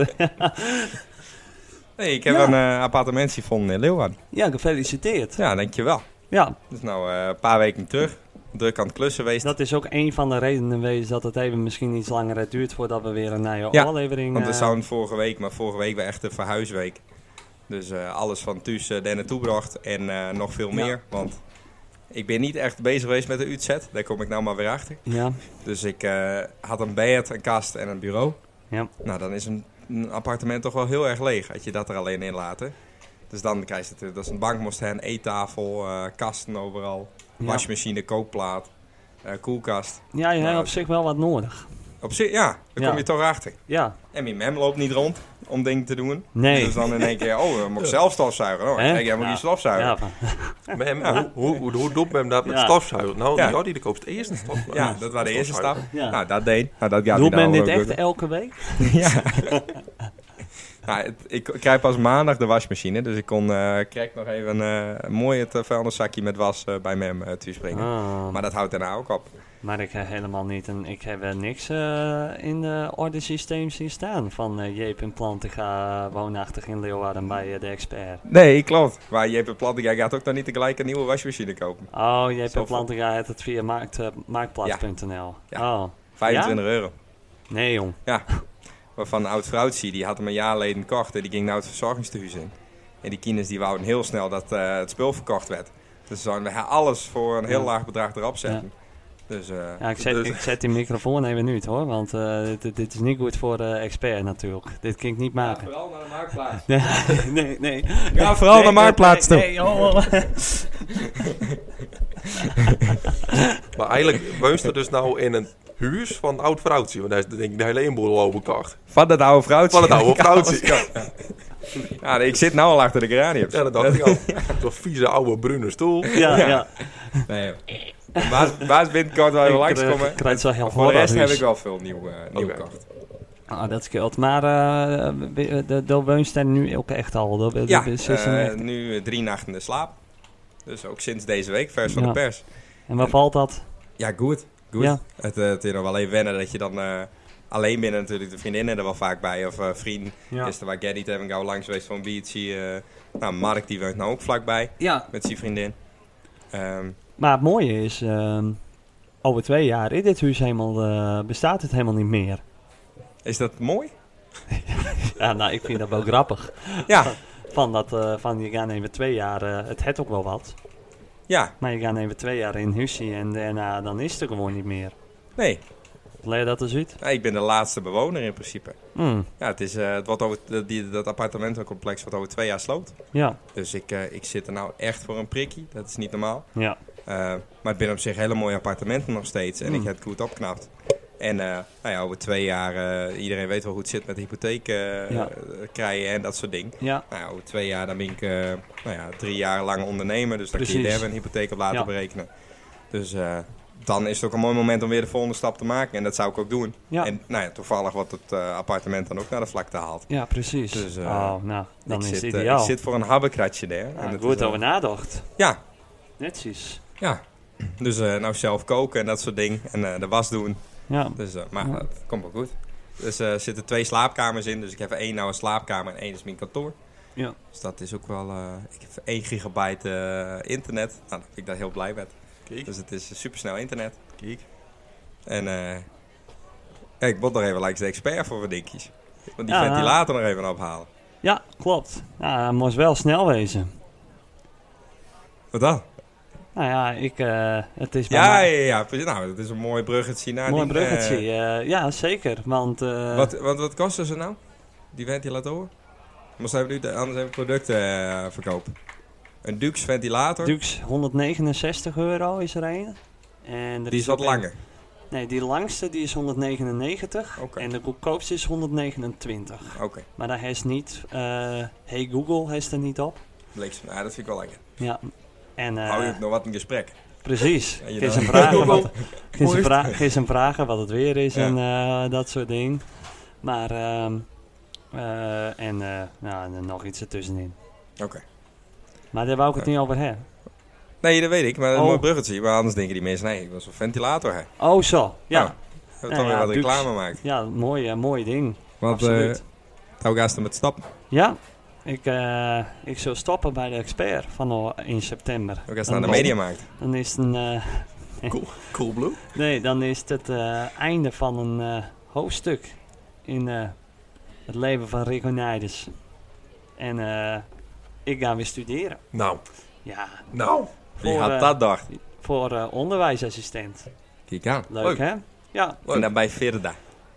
Nee, ik heb Ja. een appartementje gevonden in Leeuwarden. ja, gefeliciteerd. Ja, dankjewel. Ja, Dus nou een paar weken terug. Druk aan het klussen geweest. dat is ook een van de redenen geweest dat het even misschien iets langer duurt voordat we weer een nieuwe Ja, aflevering... Want we zouden vorige week, maar vorige week was echt de verhuisweek. Dus alles van thuis daar naartoe bracht en nog veel Ja. meer. Want ik ben niet echt bezig geweest met de UZ. Daar kom ik nou maar weer achter. Ja, Dus ik had een bed, een kast en een bureau. ja. Nou, dan is een appartement toch wel heel erg leeg. Als je dat er alleen in laat. Hè. Dus dan krijg je het. Dat is een bank moest hebben, eettafel, kasten overal. Ja. Wasmachine, kookplaat, koelkast. Ja, je hebt Nou, op zich wel wat nodig. Op zich, ja, daar Ja. kom je toch achter. Ja, En mijn mem loopt niet rond om dingen te doen. nee. Dus dan in één keer, dan moet ik zelf stofzuigen. Oh, Hè? ik heb moet Ja. je stofzuigen. Ja, maar hoe doet men dat met Ja. stofzuigen? Nou, Ja. die koopt de eerste stof. Ja, dat was de eerste stap. ja. Nou, dat deed. Nou, dat gaat Doet hij men nou dit ook echt doen. elke week? Ja. Nou, ik krijg pas maandag de wasmachine. Dus ik krijg nog even mooi het vuilniszakje met was bij mem thuis brengen. Maar dat houdt daarna ook op. Maar ik heb helemaal niet ik heb niks in de ordesysteem zien staan van Jeep en Plantinga woonachtig in Leeuwarden bij de expert. Nee, klopt. Maar Jeppe Plantinga gaat ook dan niet tegelijk een nieuwe wasmachine kopen. Oh, Jeep en Zoveel. Plantinga heeft het via marktplaats.nl. Ja. Oh, 25 euro. nee jong. Waarvan een oud vrouwtje, die had hem een jaar geleden gekocht en die ging nou het verzorgingstehuis in. En die kinders die wouden heel snel dat het spul verkocht werd. Dus dan we alles voor een heel Ja. laag bedrag erop zetten. Dus, Ja, ik zet die microfoon even uit hoor, want dit is niet goed voor de expert natuurlijk. Dit kan ik niet maken. vooral naar de marktplaats. Nee. Ja, vooral naar Marktplaats toe. Nee, oh. Maar eigenlijk woont er dus nou in een huis van een oud vrouwtje. Want daar is denk ik de hele inboedel overkocht. Van dat oude vrouwtje. Van het oude vrouwtje. Ja, ik zit nou al achter de geraniums. Ja, dat dacht ik al. Zo'n vieze oude brune stoel. Ja. Nee, joh. Baas binnenkort wel even langskomen. Ik krijg zo heel Voor de rest veel heb ik wel veel nieuw Oké. gekocht. Ah, dat scheelt. Maar de woonsten nu ook echt al. Ja, En nu 3 nachten in de slaap. Dus ook sinds deze week, vers van Ja. de pers. waar valt dat? Ja, goed. Ja. Het is nog wel even wennen dat je dan alleen binnen natuurlijk de vriendinnen er wel vaak bij. Of vrienden. Ja. Is er waar Geddy hebben gauw langs geweest voor een biertje. Nou, Mark die woont nou ook vlakbij Ja. met zijn vriendin. Maar het mooie is, over 2 jaar in dit huis helemaal, bestaat het helemaal niet meer. Is dat mooi? Ja, nou, ik vind dat wel grappig. Ja, Van je gaat even 2 jaar, het het ook wel wat. ja, Maar je gaat even 2 jaar in huisje en daarna dan is het er gewoon niet meer. nee. Leer je dat eens uit? Nou, ik ben de laatste bewoner in principe. Mm, Ja, het wordt over, dat appartementencomplex wordt over 2 jaar sloopt. ja, Dus ik zit er nou echt voor een prikkie. Dat is niet normaal. ja. Maar het zijn op zich hele mooie appartementen nog steeds. En ik heb het goed opknapt. En nou ja, over 2 jaar, iedereen weet wel hoe het zit met de hypotheek krijgen en dat soort dingen. Ja, Nou ja, over 2 jaar dan ben ik 3 jaar lang ondernemer. Dus dan kun je Precies. daar een hypotheek op laten Ja. berekenen. Dus dan is het ook een mooi moment om weer de volgende stap te maken. En dat zou ik ook doen. ja. En nou ja, toevallig wordt het appartement dan ook naar de vlakte gehaald. Ja, precies. Dus, nou, dan ik is zit, het ideaal. ik zit voor een habbekratje daar. Ja, En het goed is, over nadacht. ja, Netjes. Ja, dus nou zelf koken en dat soort dingen. En de was doen. Ja. Dus, maar dat komt wel goed. Dus er zitten 2 slaapkamers in. Dus ik heb er 1 nou een slaapkamer en 1 is mijn kantoor. Ja. Dus dat is ook wel... ik heb 1 gigabyte internet. Nou, daar ben ik daar heel blij met. Kijk. Dus het is supersnel internet. Kijk. En ik moet nog even langs de expert voor wat dingetjes. Want die Ja, ventilator nog even ophalen. Ja, klopt. Ja, hij moest wel snel wezen. Wat dan? Nou ja, het is bij Ja, mij ja, precies. Nou, dat is een mooi bruggetje naar mooi die... bruggetje. Ja, zeker. Want Wat kosten ze nou? Die ventilatoren? Anders hebben we producten verkopen. Een Dux ventilator. Dux €169 is er een. En er Die is wat ook een- langer. Nee, die langste die is 199 Oké. en de goedkoopste is 129. Oké, Maar daar heeft niet, Hey Google heeft er niet op. bliksem. Ja, dat vind ik wel lekker. Ja. En Hou je ook nog wat een gesprek. precies. Ja, je Kun je dan- hem vragen Google. wat, kun je hem vragen wat het weer is Ja. en dat soort dingen. Maar, en nog iets ertussenin. Oké. Maar daar wou ik het niet over hebben. Nee, dat weet ik, maar dat is Oh. een mooi bruggetje. Maar anders denken die mensen, nee, ik was een ventilator, hè. Oh zo, ja. Oh. We Ja, toch weer ja, wat Dux. reclame maken. Ja, mooi ding. Want Absoluut. nou gasten met stappen. Ja, ik zou stoppen bij de expert van in september. We gaan naar de Mediamarkt. Dan is het een... Coolblue. nee, dan is het einde van een hoofdstuk in het leven van Rico-Nijdes. En ik ga weer studeren. Nou. Ja, Wie voor, had dat dacht? voor onderwijsassistent. Kijk aan. Leuk, Leuk. hè? Ja. En dan bij Verda.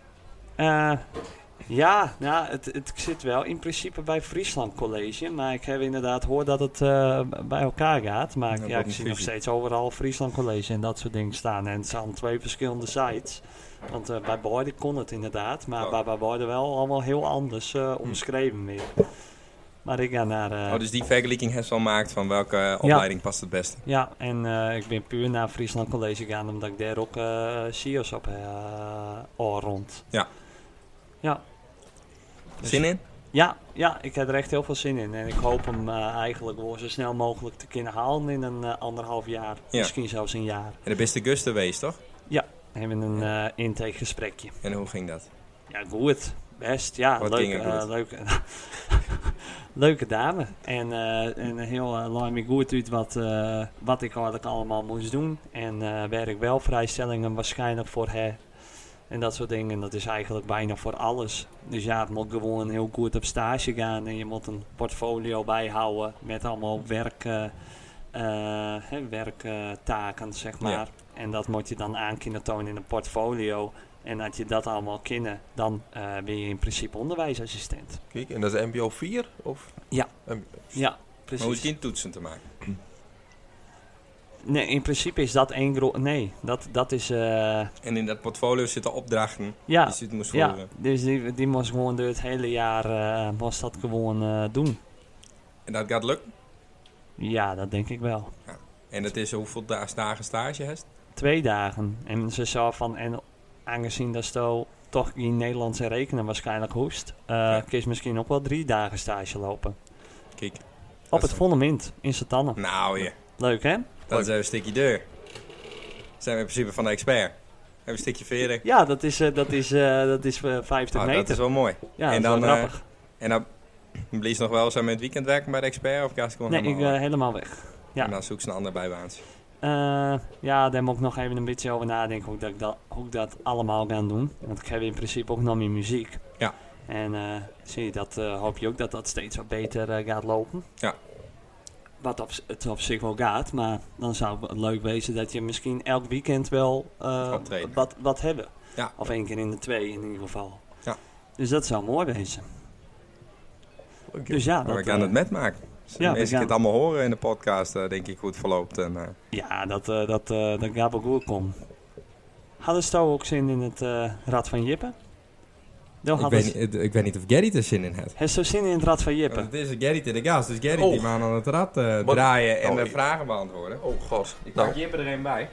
Ja, nou, het zit wel in principe bij Friesland College. Maar ik heb inderdaad gehoord dat het bij elkaar gaat. Maar Ja, ik wordt een zie nog fusie. steeds overal Friesland College en dat soort dingen staan. En het zijn 2 verschillende sites. Want bij beide kon het inderdaad. Maar Oh. bij beide wel allemaal heel anders omschreven weer. Maar ik ga naar... Dus die vergelijking heeft al gemaakt van welke opleiding past het beste. Ja, en ik ben puur naar Friesland College gegaan. Omdat ik daar ook CIO's op al rond. Ja. Ja. Dus- Zin in? Ja, ik heb er echt heel veel zin in. En ik hoop hem eigenlijk wel zo snel mogelijk te kunnen halen in een 1,5 jaar. Ja. Misschien zelfs een jaar. En de beste Gusten wees, toch? We hebben een intakegesprekje. En hoe ging dat? Ja, goed. Best, ja. Wat Leuk, ging er goed? leuke dame. En heel lang me goed uit wat ik eigenlijk allemaal moest doen. En werkvrijstellingen waarschijnlijk voor haar. En dat soort dingen. En dat is eigenlijk bijna voor alles. Dus ja, het moet gewoon heel goed op stage gaan. En je moet een portfolio bijhouden met allemaal werktaken, zeg maar. Ja. En dat moet je dan aan kunnen tonen in een portfolio. En als je dat allemaal kent, dan ben je in principe onderwijsassistent. Kijk, en dat is MBO 4? Of? Ja. MBO. Ja, Maar hoe precies. is het in toetsen te maken? Nee, in principe is dat één groot... Nee, dat is... En in dat portfolio zitten opdrachten ja, die je het moest ja, volgen. dus die moest gewoon door het hele jaar moest dat gewoon doen. En dat gaat lukken? Ja, dat denk ik wel. En dat is hoeveel dagen stage heeft? 2 dagen. En ze zou van... En aangezien dat zo toch in Nederlandse rekenen waarschijnlijk hoest... kun je misschien ook wel 3 dagen stage lopen. Kijk. Op is het fundament in Satannen. Nou ja, Leuk, hè? dat is even een stukje deur. Zijn we in principe van de expert. Even een stukje veren. Ja, dat is 50 Ah, meter. dat is wel mooi. Ja, en dat is dan, wel grappig. En dan blies nog wel zo met het weekend werken bij de expert of ga je gewoon Nee, ik helemaal helemaal weg. ja. En dan zoek ze een ander bijbaantje. Ja, daar moet ik nog even een beetje over nadenken hoe ik dat allemaal ga doen. Want ik heb in principe ook nog meer muziek. Ja. En zie je, dat hoop je ook dat dat steeds wat beter gaat lopen. Ja. Wat het op zich wel gaat, maar dan zou het leuk wezen dat je misschien elk weekend wel Optreden. wat hebben. Ja. Of 1 keer in de 2 in ieder geval. Ja. Dus dat zou mooi wezen. Leuk, Dus ja, Maar dat, we gaan het met maken. Als ja, de we mensen gaan- het allemaal horen in de podcast, denk ik hoe het verloopt. En, ja, dat gaat wel goed komen. Hadden ze toch ook zin in het Rad van Jippen? ik weet niet of Gerrit er zin in heeft. Heeft zo zin in het Rad van Jippen? Want het is Gerrit in de gast, dus Gerrit Oh. die man aan het rad Wat? draaien en Oh, de ik- vragen beantwoorden. Oh, gas. Ik pak Nou, Jippe er een bij.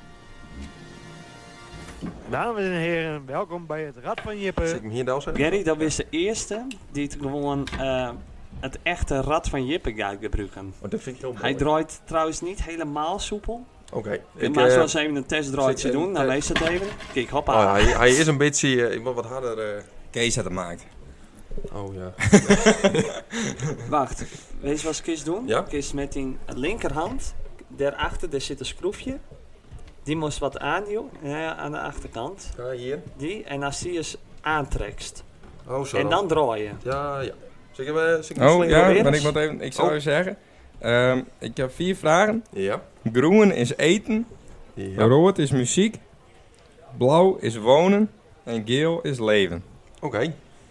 Dames en heren, welkom bij het Rad van Jippe. zit ik hem hier nou zo? Gary, dat is de eerste die het gewoon het echte Rad van Jippen gaat gebruiken. Maar dat vind ik heel mooi. Hij draait trouwens niet helemaal soepel. Oké. Ik mag zo eens even een testdraadje doen. Dan lees het even. Kijk, hoppa. Hij is een beetje... ik moet wat harder... Kees had het gemaakt. Oh ja. Wacht, weet je wat Kis doen? Ja? Kis met die linkerhand, daarachter daar zit een schroefje. Die moest wat aanduwen, aan de achterkant. Ja, hier. Die, en als die eens aantrekt. Oh, zo. En dan draaien. Ja. Zeg Oh slinker ja, weer maar eens? ik zou je zeggen. Ik heb 4 vragen. Ja. Groen is eten. Ja. Rood is muziek. Blauw is wonen. En geel is leven. Oké.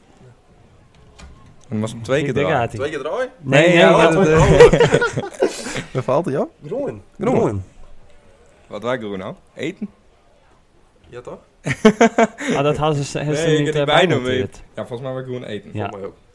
Dan was hem 2 keer Daar draaien. gaat hij. 2 keer draaien? Nee, ja, wat- Waar valt hij, ja? Groen. Groen. Wat wij groen nou? Eten? Ja toch? Ah, dat hadden ze Nee, ik niet heb die bijnoem bijnoteerd. Ja, volgens mij wij groen eten. Ja. Voor mij ook.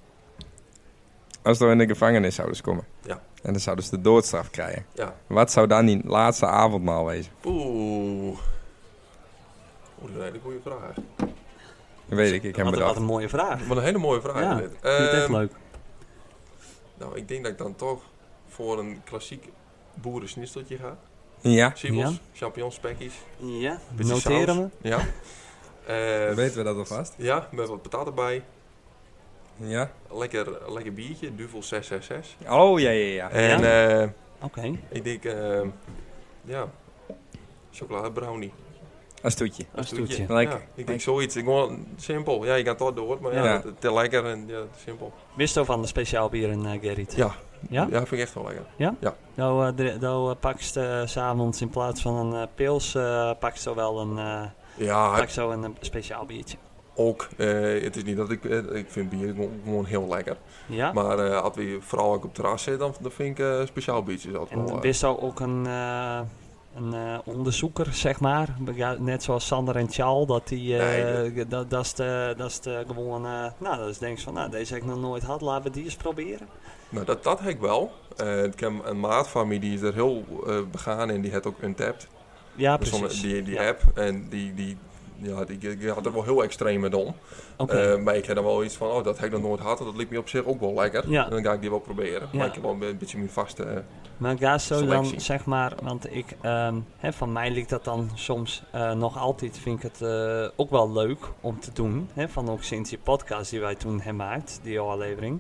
Als we in de gevangenis zouden ze komen. Ja. En dan zouden ze de doodstraf krijgen. Ja. Wat zou dan die laatste avondmaal wezen? Oeh, dat is een hele goede vraag. Dat weet ik heb Wat bedacht. een mooie vraag. Wat een hele mooie vraag. Ja, dit. Niet echt leuk. Nou, ik denk dat ik dan toch voor een klassiek boerensnisteltje ga. Ja, Siebels, Ja. champignons, spekkies. Ja, Beetje noteren saus. we. Ja. weten we dat alvast? Ja, met wat patat erbij. Ja. Lekker biertje, Duvel 666. Oh, ja. En Oké. ik denk, ja, chocolade brownie. Een stoetje. Een stoetje. Lekker. Ja, ik denk zoiets. Ik gewoon simpel. Ja, je gaat toch door, maar ja, Ja. het is lekker en ja, simpel. Wist je van de speciaal bieren, Gerrit? Ja. Ja? Ja, vind ik echt wel lekker. Nou pakst 's avonds in plaats van een pils, pakst zo wel een, Ja, pak zo een speciaal biertje. ook. Het is niet dat ik vind bier gewoon heel lekker. Ja? Maar als we vooral ook op het terras zitten, dan vind ik speciaal biertjes altijd wel. En wist je ook een onderzoeker, zeg maar, net zoals Sander en Tjal, dat die, Nee, dat is de gewoon, nou, dat is denk ik van, nou, deze heb ik nog nooit gehad, laten we die eens proberen. Nou, dat heb ik wel. Ik heb een maat van me die is er heel begaan en die had ook Untapped. Ja, Dus precies. die Ja. app. En die had er wel heel extreem met om. Oké. Maar ik heb dan wel iets van, dat heb ik nog nooit gehad. Dat liep me op zich ook wel lekker. Ja. En dan ga ik die wel proberen. Ja. Maar ik heb wel een beetje mijn vaste... Maar ga zo selectie. dan, zeg maar, want ik, van mij ligt dat dan soms nog altijd, vind ik het ook wel leuk om te doen. Van ook sinds die podcast die wij toen hebben gemaakt, die aflevering.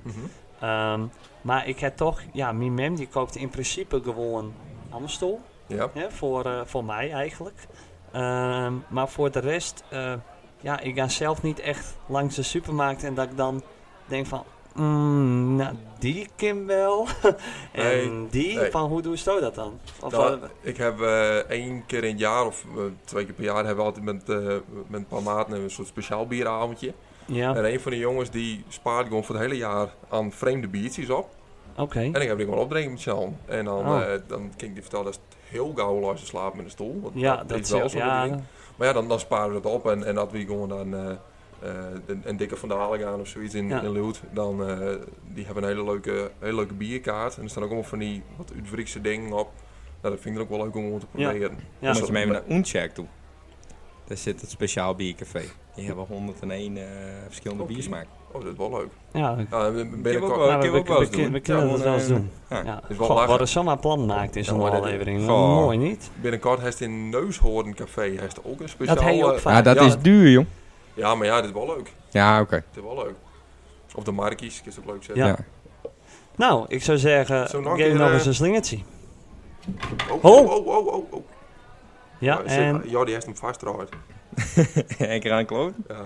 Maar ik heb toch, ja, mijn mem die koopt in principe gewoon Amstel. Ja. Voor mij eigenlijk. Maar voor de rest, ja, ik ga zelf niet echt langs de supermarkt en dat ik dan denk van, nou, die Kim wel. En die, nee. van hoe doe je dat dan? Of, Nou, ik heb 1 keer in het jaar of 2 keer per jaar hebben we altijd met een paar maten een soort speciaal bieravondje. ja, En een van de jongens die spaart gewoon voor het hele jaar aan vreemde biertjes op. oké. En ik heb die gewoon opdrinken met z'n allen. En dan, Oh. dan kan ik die vertellen dat het heel gauw luistert slapen met een stoel. Want Ja, dat is wel is zo'n ja, ding. Maar ja, dan sparen we dat op. En dat we gewoon dan een dikke Van Dalen gaan of zoiets in Leeuwarden. Dan die hebben een hele leuke bierkaart. En er staan ook allemaal van die wat Utrechtse dingen op. Nou, dat vind ik dan ook wel leuk om gewoon te proberen. Ja. Moet je mee naar Uncheck toe. Daar zit het speciaal biercafé. Die hebben 101 verschillende Oké. biersmaken. Oh, dat is wel leuk. ja, Binnenkort, wel- nou, ik heb ook wel eens doen. we kunnen dat wel eens doen. Ja. Ja. is wel Goh, lachen. wat er zomaar plan maakt in zo'n Ja, maar dat- aflevering. Goh. Mooi niet? binnenkort heeft in Neushoorn Café heeft ook een speciaal... Dat heb je ook vaak. Ja, dat Ja. is duur, jong. Ja, maar ja, dit is wel leuk. Ja, oké. Dit is wel leuk. Of de Markies, is ook leuk zetten. Ja. Nou, ik zou zeggen, Zo nog een geef keer, nog eens een slingertje. Oh. Ja, en... Ja, die heeft hem vastgedraaid. Eén keer aan kloten. Ja.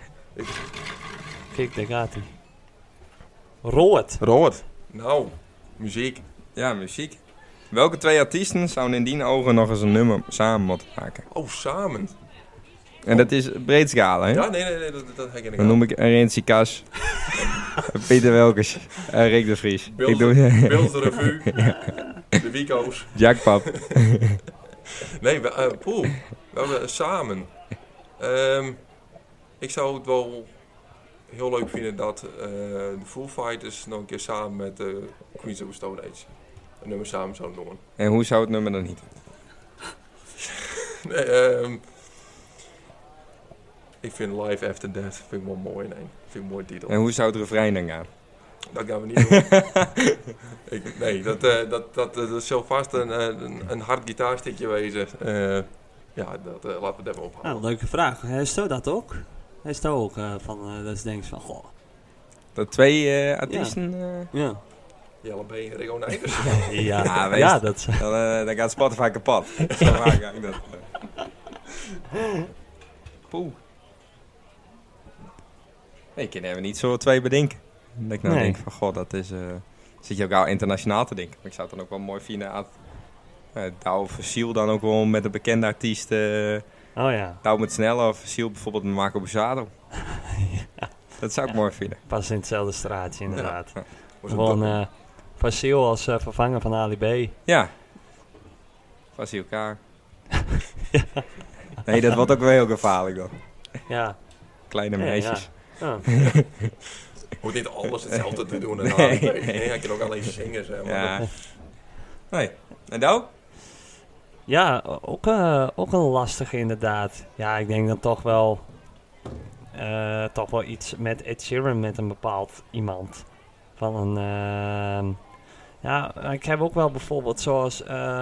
Kijk, daar gaat hij. Rood. Robert. Nou, muziek. Ja, muziek. Welke 2 artiesten zouden in die ogen nog eens een nummer samen moeten maken? Oh, samen. En dat is breed scala, hè? Ja, nee, dat herken ik Dan noem ik Rensie Kas, Pieter Welkers en Rick de Vries. Ik doe Beeld de Revue. De Wico's. Jack Pap. Nee, we hebben samen. Ik zou het wel heel leuk vinden dat de Foo Fighters nog een keer samen met Queens of the Stone Age een nummer samen zouden doen. En hoe zou het nummer dan niet? Nee, ik vind Life After Death vind ik wel mooi. Nee, vind ik een mooie titel. En hoe zou het refrein dan gaan? Dat gaan we niet doen. Dat zal vast een hard gitaarstukje wezen. Laten we het even ophalen. Nou, leuke vraag. Heeft u dat ook? Heeft u ook dat je denkt van, goh. Dat 2 artiesten... Ja. Jelle B. en Rico Nijders. Ja, dat... Dan gaat Spotify kapot. Zo vaak ga ik dat. Poeh. Nee, ik kan even niet zo 2 bedenken. Dat ik nou denk van, goh, dat is... zit je ook al internationaal te denken. Maar ik zou het dan ook wel mooi vinden... Douwe Versiel dan ook wel met een bekende artiest... Douwe met Snelle of Versiel bijvoorbeeld met Marco Borsato. Ja. Dat zou ik mooi vinden. Pas in hetzelfde straatje, inderdaad. Ja. Gewoon Versiel als vervanger van Ali B. Ja. Versiel elkaar. Nee, dat wordt ook wel heel gevaarlijk dan. Ja. Kleine meisjes. Ja. Hoeft niet alles hetzelfde te doen. Nee, hij kan ook alleen zingen. Zeg maar. Ja. Nee. En Douwe? Ja, ook een lastige inderdaad. Ja, ik denk dan toch wel iets met Ed Sheeran, met een bepaald iemand. Van een... ik heb ook wel bijvoorbeeld zoals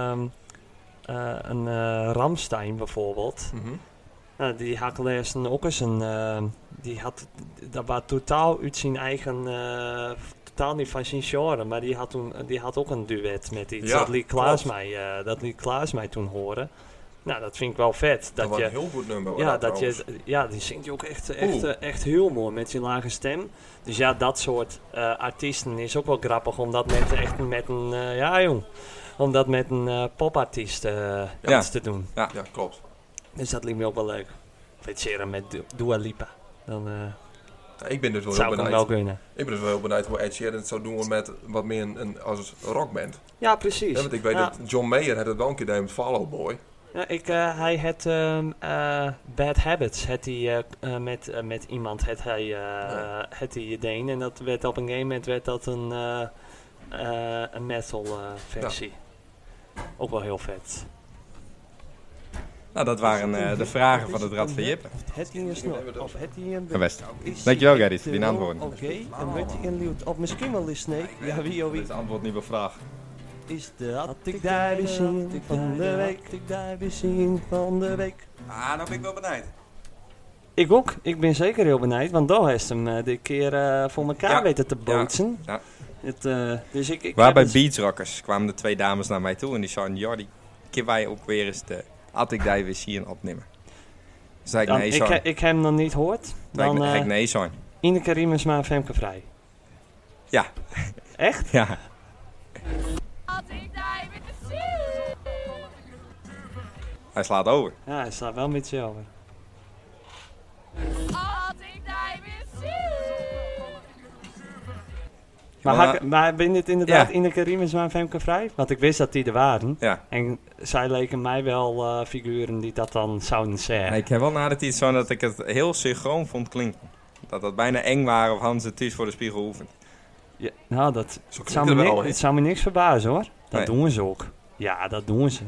een Rammstein bijvoorbeeld. Mm-hmm. Die had ook eens dat was totaal uit zijn eigen... totaal niet van zijn genre, maar die had ook een duet met iets. Ja, dat liet Klaas mij toen horen. Nou, dat vind ik wel vet. Dat was een heel goed nummer. Die zingt je ook echt heel mooi met zijn lage stem. Dus ja, dat soort artiesten is ook wel grappig om dat met een popartiest iets te doen. Ja, klopt. Dus dat liep me ook wel leuk. Feliceren met Dua Lipa. Dan ik ben dus wel zou heel ik hem benieuwd. wel kunnen. Ik ben dus wel heel benieuwd hoe Ed Sheeran het zou doen met wat meer als rockband. Ja, precies. Ja, want ik weet dat John Mayer had het wel een keer deed met Fall Out Boy. Ja, hij had Bad Habits met iemand had hij deen en dat werd op een gegeven moment een metal versie. Ja. Ook wel heel vet. Nou, dat waren de vragen van het Rad van Jippe. Het ging eens nog. Of het hier een best. Dankjewel, Gerrit, voor die antwoorden. Oké, en weet je een lieuw. Of misschien wel eens Snake. Ja, wie. Dit is het antwoord niet op vraag. Is de had ik daar weer zien van de week. Nou ben ik wel benieuwd. Ik ook. Ik ben zeker heel benieuwd, want daar heeft hem de keer voor elkaar weten te bootsen. Ja. Dus ik waar bij Beach Rockers kwamen de 2 dames naar mij toe en die zeiden, Jordi, kunnen wij ook weer eens de Had ik daar weer zien opnemen? Zei ik dan, nee, sorry. Ik heb hem nog niet gehoord. Dan zeg ik nee, sorry. Ineke Riemens maar Femke Vrij. Ja. Echt? Ja. Hij slaat over. Ja, hij slaat wel een beetje over. Maar ben dit inderdaad Ineke Riemens maar Femke Vrij? Want ik wist dat die er waren. Ja. En zij leken mij wel figuren die dat dan zouden zeggen. Nee, ik heb wel nadat iets zo dat ik het heel synchroon vond klinken. Dat het bijna eng waren of hadden ze thuis voor de spiegel oefend. Ja, nou, het zou me niks verbazen hoor. Dat doen ze ook. Ja, dat doen ze.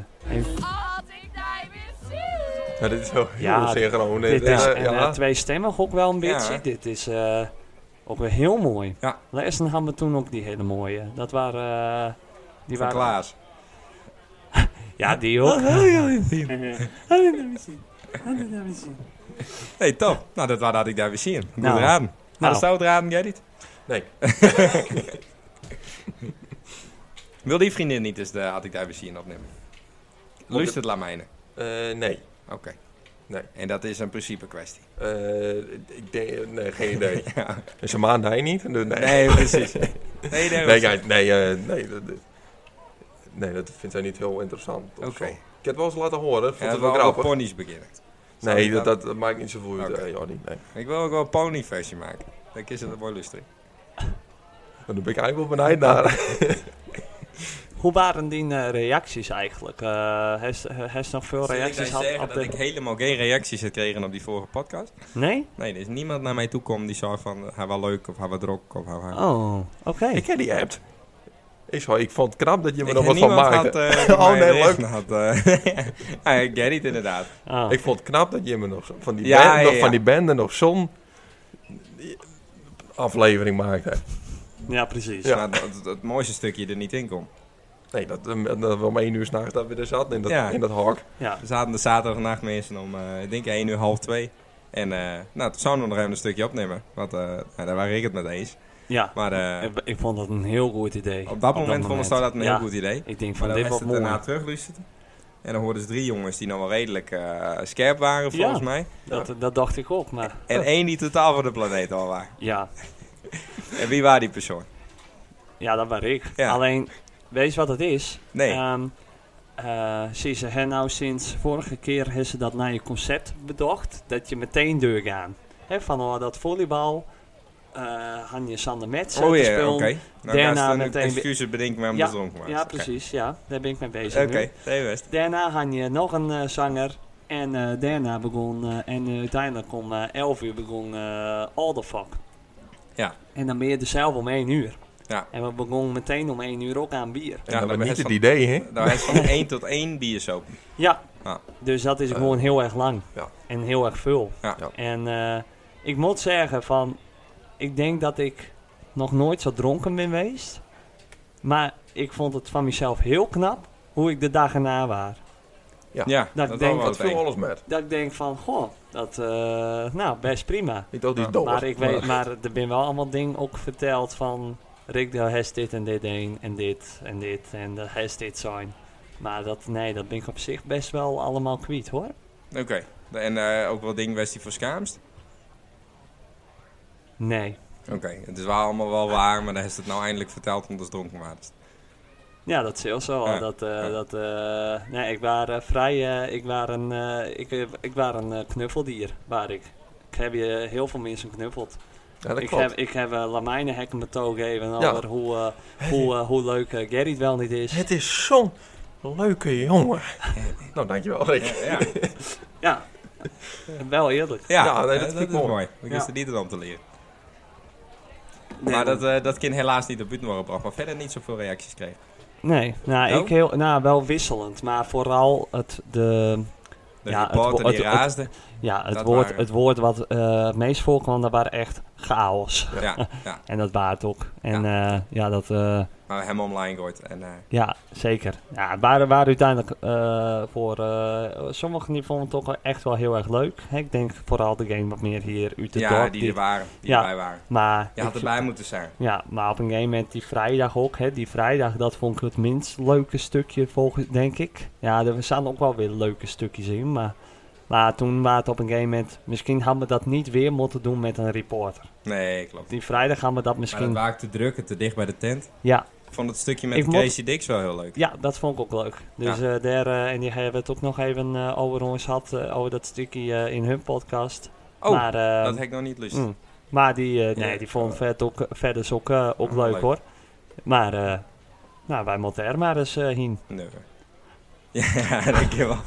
Ja, dit is wel heel synchroon. En tweestemmig ook wel een beetje. Ja. Dit is ook weer heel mooi. Ja. Lessen hadden we toen ook die hele mooie. Dat waren... die van waren Klaas. Ja, die ook. Hey, top. Nou, dat had ik daar weer zien. Goed raden. Hadden ze het raden, Gerrit? Nee. Wil die vriendin niet eens had ik daar weer zien opnemen? Lust het Lamijnen? Nee. Oké. Nee. En dat is een principe kwestie? Ik denk, nee, geen idee. Ja. Is een maand hij niet? Nee, precies. Nee, dat vindt zij niet heel interessant. Oké. Ik heb het wel eens laten horen. Vond het wel grappig. ponies beginnen. Nee, dat maakt niet zoveel uit. Nee. Ik wil ook wel een ponyversie maken. Dan is het een mooi lustering. Dan ben ik eigenlijk wel benieuwd naar. Hoe waren die reacties eigenlijk? Heeft nog veel reacties gehad? Dat ik helemaal geen reacties heb gekregen op die vorige podcast? Nee? Nee, er is niemand naar mij toe gekomen die zei van hij was leuk of hij was drok of hij was... Oh, oké. Ik heb die app. Ik vond het knap dat je me nog wat van maakte. Oh nee, leuk. Ik get het inderdaad. Oh. Ik vond het knap dat je me nog van die van die band nog zo'n aflevering maakte. Ja, precies. Ja. Maar het mooiste stukje er niet in komt. Nee, dat we om 1 uur 's nachts dat we er zaten in dat hok. Ja. We zaten de zaterdagnacht meestal om, ik denk 1 uur, half 2. En toen zouden we nog even een stukje opnemen. Want daar waren ik het met eens. Ja. Maar Ik vond dat een heel goed idee. op dat moment vonden ze dat een heel goed idee. Ik denk Maar van, dit dan wordt was het mooi. daarna terugluisteren. En dan hoorden ze 3 jongens die nog wel redelijk scherp waren, volgens mij. Dat dacht ik ook, maar... En 1 die totaal voor de planeet al waren. Ja. En wie waren die persoon? Ja, dat was ik. Ja. Alleen, weet je wat het is? Nee. Zie ze her nou sinds vorige keer hebben ze dat naar je concept bedacht. Dat je meteen doorgaan. Van dat volleybal... had je Sander Metz te spelen. oké. Nou, Daarna ga je meteen... excuses bedenken waarom Ja, het dronken was. Ja, precies. Ja, daar ben ik mee bezig Oké, nu. best. Daarna had je nog een zanger. En daarna begon... en uiteindelijk om 11 uur begon All the Fuck. Ja. En dan ben je er zelf om 1 uur. Ja. En we begonnen meteen om 1 uur ook aan bier. En dat dan was is niet het van- idee, hè? Nou, hij is van 1 tot 1 biersoep. Ja. Ja. Dus dat is gewoon heel erg lang. Ja. En heel erg veel. Ja. Ja. En ik moet zeggen van... Ik denk dat ik nog nooit zo dronken ben geweest. Maar ik vond het van mezelf heel knap hoe ik de dag erna was. Ja, Dat dat denk was wel Dat viel het alles met. Dat ik denk van, goh, dat, nou, best prima. Niet al die Ja. dood. Maar er zijn wel allemaal dingen ook verteld van... Rick, daar heeft dit en dit een en dit en dit en dat heeft dit zijn. Maar dat ben ik op zich best wel allemaal kwijt, hoor. Oké. En ook wel dingen was die voor schaamst? Nee. Oké, het is wel allemaal wel waar, maar dan heeft het nou eindelijk verteld omdat het dronken was. Ja, dat is heel zo. Ja. Nee, ik was vrij... ik was een knuffeldier, waar ik. Ik heb je heel veel mensen geknuffeld. Ja, dat klopt. Ik heb Lamijnen hekken betoog gegeven Ja. over hoe leuk Gerry het wel niet is. Het is zo'n leuke jongen. Nou, dankjewel, Rick. Ja, Ja, wel eerlijk. Ja, nee, dat vind ik mooi. Ik Ja. is er niet om te leren. Nee, Maar dat kind helaas niet op buiten worden gebracht, maar verder niet zoveel reacties kreeg. Nee, wel wisselend. Maar vooral De reporter die raasde. het woord wat het meest voorkwam, dat waren echt chaos. Ja. En dat was het ook. En Maar we hebben hem online gegooid. En, ja, zeker. Ja, het waren uiteindelijk voor sommigen die vonden het ook echt wel heel erg leuk. Hè? Ik denk vooral degene wat meer hier uit de dorp. die er waren. Die Ja. erbij waren. Maar Je had erbij moeten zijn. ja, maar op een gegeven moment die vrijdag ook. Hè, die vrijdag, dat vond ik het minst leuke stukje, denk ik. Ja, er staan ook wel weer leuke stukjes in. Maar toen was het op een gegeven moment... Misschien hadden we dat niet weer moeten doen met een reporter. Nee, klopt. Die vrijdag hadden we dat Maar misschien... dat waren te druk en te dicht bij de tent. Ja, Ik vond het stukje met Ik Crazy Dix wel heel leuk. ja, dat vond ik ook leuk. Dus en die hebben het ook nog even over ons gehad. Over dat stukje in hun podcast. Oh, maar, dat heb ik nog niet lust. Maar die vond verder ook leuk, leuk. hoor. Maar wij moeten er maar eens heen. Nee. Ja, dat kan wel.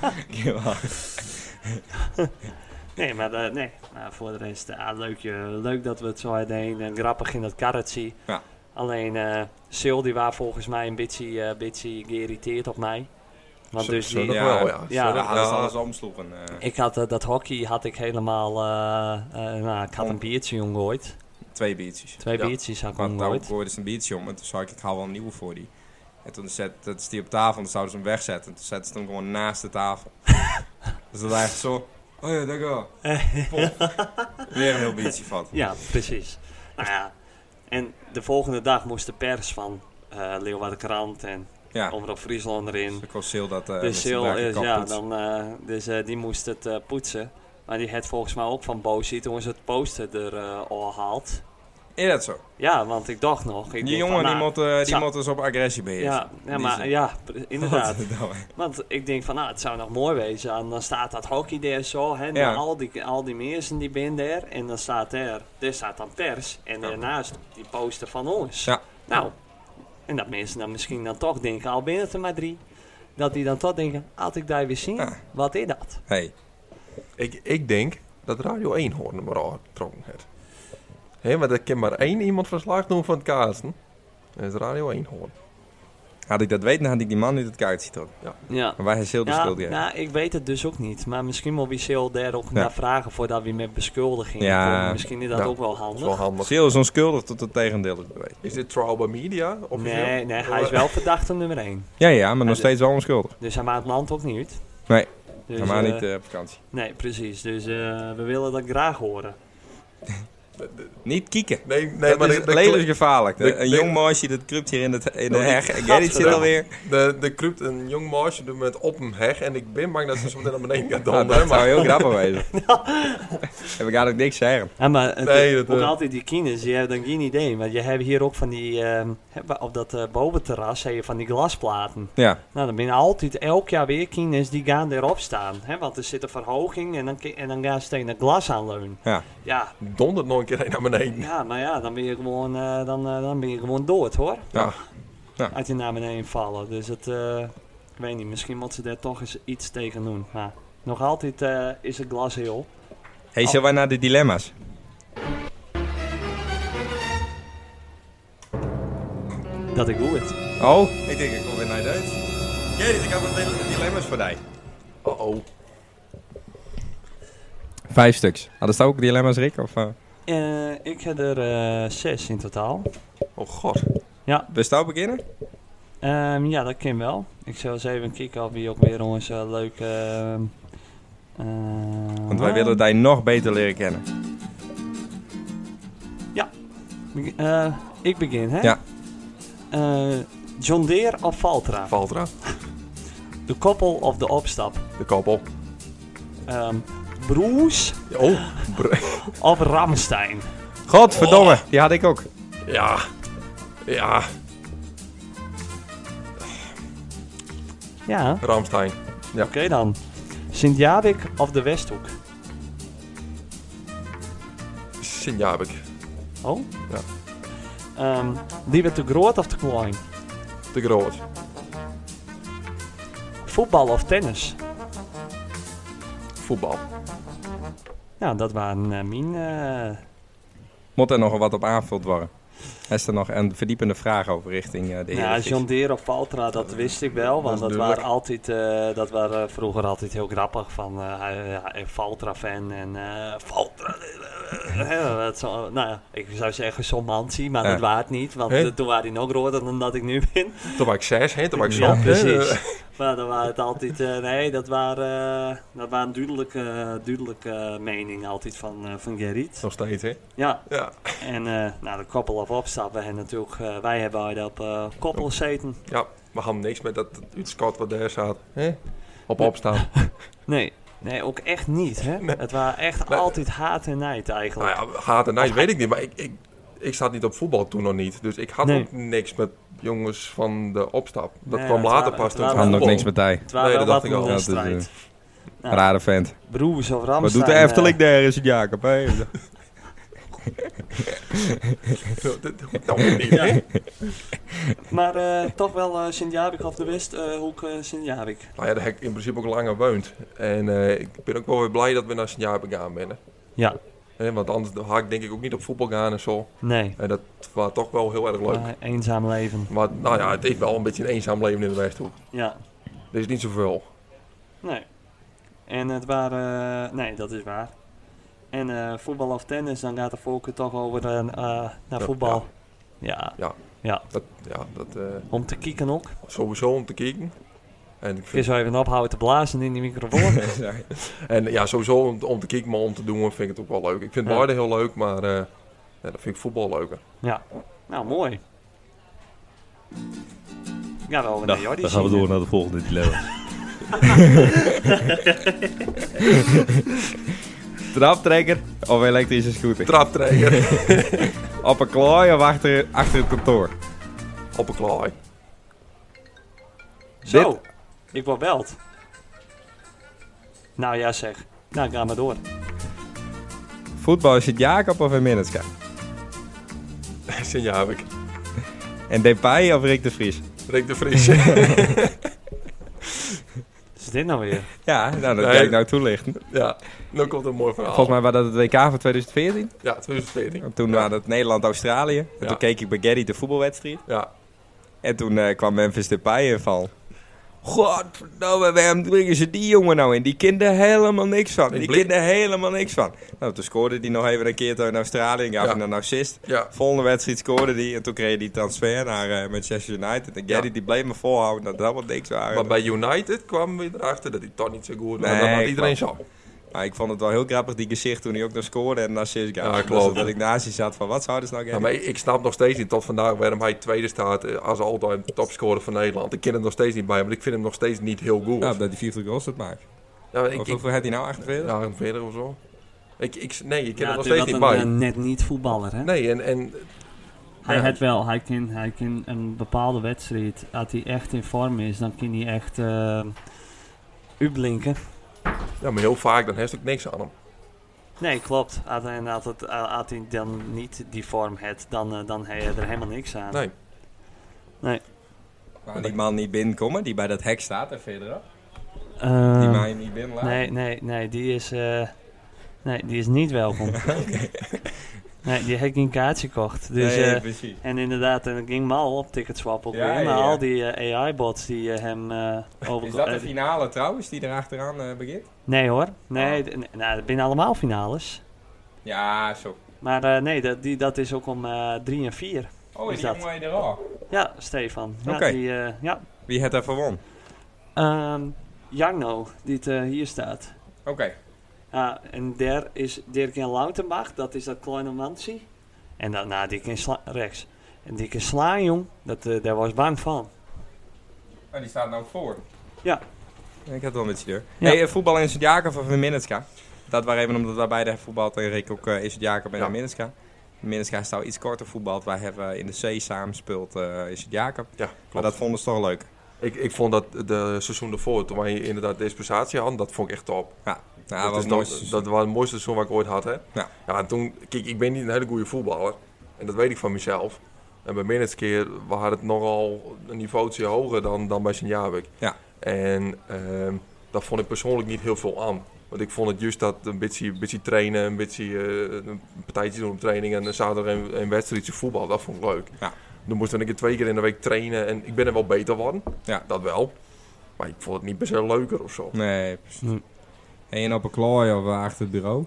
Nee, maar voor de rest, leuk dat we het zo hadden en grappig in dat karretje. Ja. Alleen, Sil die was volgens mij een beetje geïrriteerd op mij. Want Zo- dus zo die, nog Ja. wel, ja. Ja. Ja, dat is alles omsloegen. ik had dat hockey had ik helemaal, ik had een biertje omgooid. 2 biertjes. 2 Ja. biertjes had ik Want nou omgooid. gooide ze een biertje om en toen zei ik haal wel een nieuwe voor die. En toen dat is die op tafel en toen zouden ze hem wegzetten. En toen zetten ze hem gewoon naast de tafel. Dus dat was echt zo... Oh ja, daar go. Weer een heel biertje vat. Ja, precies. Nou ja, en de volgende dag moest de pers van Leeuwarden Krant en Ja, Omroep Friesland erin. dus ik was Sil dat met Dus zijn Sil werk is, kap ja, poetsen. die moest het poetsen. Maar die had volgens mij ook van boos toen ze het poster er al haalt. Is dat zo? Ja, want ik dacht nog. Die jongen die moet dus op agressie beheersen. Ja, Die maar is- ja, inderdaad. Godverdomme. Want ik denk van, het zou nog mooi wezen. En dan staat dat hockey daar zo, hè, Ja. al die mensen die zijn daar. En dan staat daar staat dan pers. En Ja. daarnaast die poster van ons. Ja. Nou, en dat mensen dan misschien dan toch denken, al binnen het er maar 3. Dat die dan toch denken, had ik daar weer zien, Ja. wat is dat? Hey, Ik denk dat Radio 1 hoorde maar aangetrokken heeft. Hé, maar er kan maar 1 iemand verslag doen van het kaarten. Dat is Radio 1 horen. Had ik dat weten, dan had ik die man uit het kaart zien toch. Ja. Maar wij hebben de schuld gegeven. Nou, ik weet het dus ook niet. Maar misschien moet we Sil daar ook naar vragen voordat we met beschuldigingen komen. Misschien is dat ook wel handig. Dat is wel handig. Sil is onschuldig tot het tegendeel is bewezen. Is dit trial by media? Nee, hij is wel verdachte nummer 1. Ja, maar nog steeds wel onschuldig. Dus hij maakt het land ook niet uit. Nee, dus, maar niet op vakantie. Nee, precies. Dus we willen dat graag horen. Niet kieken. Nee, dat maar is levensgevaarlijk. Een jong meisje dat kruipt hier in de heg. Gerrit zit alweer. Er kruipt een jong meisje met op een heg en ik ben bang dat ze zo meteen naar beneden gaat Nou, donderen. dat zou heel grappig wezen. En we gaan ook niks zeggen. Ja, maar Nee, ook altijd die kines, je hebt dan geen idee. Want je hebt hier ook van die, op dat boventerras heb je van die glasplaten. Ja. Nou, dan ben je altijd elk jaar weer kines die gaan erop staan. Hè? Want er zit een verhoging en dan gaan ze tegen het glas aanleunen. Ja. Dondert nog een keer naar beneden. Ja, maar ja, dan ben je gewoon, dan ben je gewoon dood hoor. Ja. Uit je naar beneden vallen. Dus het, ik weet niet, misschien moeten ze daar toch eens iets tegen doen. Maar nog altijd is het glas heel. Hey, zullen wij naar de dilemma's? Dat ik doe het. Oh, ik denk ik kom weer naar Duits. Gerrit, ik heb wat dilemma's voor jou. Oh. 5 stuks. Hadden ze ook dilemma's, Rick? Of, Ik heb er 6 in totaal. Oh god. Ja. Best jou beginnen? Ja, dat kan wel. Ik zal eens even kijken of we ook weer ons leuke... Want wij willen die nog beter leren kennen. Ja. Ik begin, hè? Ja. John Deere of Valtra? Valtra. De koppel of de opstap? De koppel. Bruce Oh. of Ramstein? Godverdomme, die had ik ook. Ja. Ja. Ramstein. Ja. Oké dan. Sint-Jabik of de Westhoek? Sint-Jabik. Oh? Ja. Liever te groot of te klein? Te groot. Voetbal of tennis? Voetbal. Ja, dat waren mijn... Moet er nog wat op aangevuld worden? Is er nog een verdiepende vraag over richting de Ja, Eredivisie? John Deere of Valtra, dat wist ik wel. Want dat is dat waren vroeger altijd heel grappig. Van Valtra-fan en Valtra... nou ja, ik zou zeggen Somantie, maar dat was het niet. Want toen waren die nog groter dan dat ik nu ben. Toen was ik 6, hè? Toen was ik Ja, zo. precies. Maar dan waren het altijd... nee, dat waren een duidelijke mening altijd van Gerrit. Nog steeds, hè? Ja. Ja. En de koppel of opstappen. En natuurlijk, wij hebben uit op koppel gezeten. Ja, we hadden niks met dat uitskot wat daar staat. Hè? Op opstaan. Nee, ook echt niet. Hè? Nee. Het waren echt altijd haat en nijd eigenlijk. Nou ja, haat en nijd weet ik niet. Maar ik zat niet op voetbal toen nog niet. Dus ik had ook niks met jongens van de opstap. Dat kwam later pas toen. We hadden ook niks met hij. Het waren Nee, wel dat wat dacht ik al. een Dat is strijd. Nou, rare vent. Broers of Wat Ramstein. doet de Efteling daar, is het Jacob? Hè? Dat hoeft nou niet, hè? Maar toch wel Sint-Jabik of de Westhoek Sint-Jabik. Nou ja, daar heb ik in principe ook langer gewoond. En ik ben ook wel weer blij dat we naar Sint-Jabik gaan binnen. Ja, Want anders had ik denk ik ook niet op voetbal gaan en zo. nee. En dat was toch wel heel erg leuk. Eenzaam leven. Maar nou ja, het is wel een beetje een eenzaam leven in de Westhoek. Ja, Er is niet zoveel. nee. En het waren... nee, dat is waar. En voetbal of tennis, dan gaat de focus toch over naar voetbal. Ja. Dat, Om te kijken ook. sowieso om te kijken. En ik Kun je vind, zo even ophouden te blazen in die microfoon? en ja, sowieso om te kijken, maar om te doen vind ik het ook wel leuk. Ik vind beide heel leuk, maar dat vind ik voetbal leuker. Ja. Nou, mooi. Gaan we over naar Jordi. Dan gaan we door naar de volgende dilemma. Traptrekker of elektrische scooter? Traptrekker. Op een klooi of achter het kantoor? Op een klooi. Zo, ik word beld. Nou ja zeg. Nou, ga maar door. Voetbal is het Jacob of een Minneska? Sint-Jabik. En Depay of Rick de Vries? Rick de Vries. Is dit nou weer? Ja, nou, dat Nee. ga ik nou toelichten. Ja, nu komt een mooi verhaal. Volgens mij was dat het WK van 2014. Ja, 2014. Toen waren het Nederland-Australië. En Ja. toen keek ik bij Gerry de voetbalwedstrijd. Ja, En toen kwam Memphis Depay in val. Godverdomme, waarom brengen ze die jongen nou in? Die kende helemaal niks van. Nou, toen scoorde hij nog even een keer tegen Australië en gaf hij een assist. Ja. Volgende wedstrijd scoorde hij en toen kreeg hij die transfer naar Manchester United. En Gary die bleef me volhouden dat het helemaal niks waren. Maar bij United kwam we erachter dat hij toch niet zo goed was. Nee, Dat had iedereen zo. Maar ik vond het wel heel grappig, die gezicht toen hij ook nog scoorde en een assist gaf. Ja, klopt. Dus dat ik naast je zat van, wat zouden ze nou Ja, maar ik snap nog steeds niet tot vandaag waarom hij tweede staat als all-time topscorer van Nederland. Ik ken hem nog steeds niet bij, maar ik vind hem nog steeds niet heel goed. Ja, dat hij 40 goals het maakt. Ja, Hoeveel had hij nou? 48? Ja, 48 of zo. Ik ken hem nog het steeds is niet wat bij. een net niet voetballer, hè? Nee, en Hij had wel, hij kan een bepaalde wedstrijd, als hij echt in vorm is, dan kan hij echt uitblinken. ja, maar heel vaak dan heeft ook niks aan hem. Nee, klopt. Als hij dan niet die vorm heeft, dan heb je er helemaal niks aan. Nee. Maar die man niet binnenkomen, die bij dat hek staat en verderop. Eh, Die mij niet binnen laat. Nee, die is niet welkom. Nee, die heeft geen kaartje gekocht. Dus, Nee, precies. en inderdaad, en het ging mal op Ticketswap ook Ja, weer. Maar ja. al die AI-bots die hem over... Is dat de finale trouwens, die er achteraan begint? Nee hoor. Nee, het zijn allemaal finales. Ja, zo. Maar nee, dat is ook om 3 en 4. Oh, Is is die dat? jongen er al? Ja, Stefan. Ja, Oké. ja. Wie heeft er verwon? Jarno, die het hier staat. Oké. Ja, en daar is Dirk-Jan Lautenbach, dat is dat kleine mansie. En dan, die kan rechts. En die kan slaan, jong. Daar was bang van. Oh, die staat nou voor. Ja. Ik had het wel met je deur. Ja. Hey, voetbal in Sint-Jacob of in Minneska? Dat waren even omdat wij beide voetbal tegen Rick ook in Sint-Jacob en in Minneska. Minneska is nou iets korter voetbal. Wij hebben in de C samen gespeeld in Sint-Jacob. Ja, klopt. Maar dat vonden ze toch leuk. Ik vond dat de seizoen ervoor, toen wij inderdaad dispensatie hadden, dat vond ik echt top. Ja, dat was dat was het mooiste seizoen wat ik ooit had. Hè? Ja. Ja, en toen, kijk, ik ben niet een hele goede voetballer. En dat weet ik van mezelf. En bij Minneskeer was het nogal een niveautje hoger dan bij Sint-Jabik. Ja. En dat vond ik persoonlijk niet heel veel aan. Want ik vond het juist dat een beetje trainen, een beetje een partijtje doen op training en zaterdag een wedstrijdje voetbal, dat vond ik leuk. Ja. Dan moest ik 2 keer in de week trainen en ik ben er wel beter geworden. Ja. Dat wel. Maar ik vond het niet per se leuker of zo. Nee, precies. Hm. En op een klooi of achter het bureau.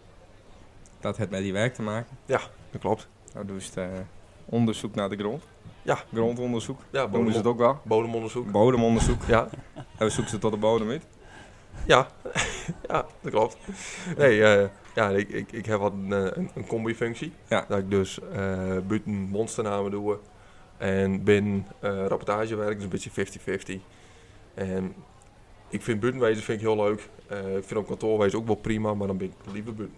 Dat heeft met die werk te maken. Dat klopt. Nou doe je het onderzoek naar de grond. Ja. Grondonderzoek. Ja, Noemen ze het ook wel. bodemonderzoek. Bodemonderzoek. Ja. En we zoeken ze tot de bodem uit. Ja. Ja, dat klopt. Nee, ik heb wat een combi-functie. Ja. Dat ik dus buiten monsternamen doe en binnen rapportagewerk, dus een beetje 50-50. En ik vind buitenwezen vind ik heel leuk. Ik vind op kantoorwezen ook wel prima, maar dan ben ik liever buiten.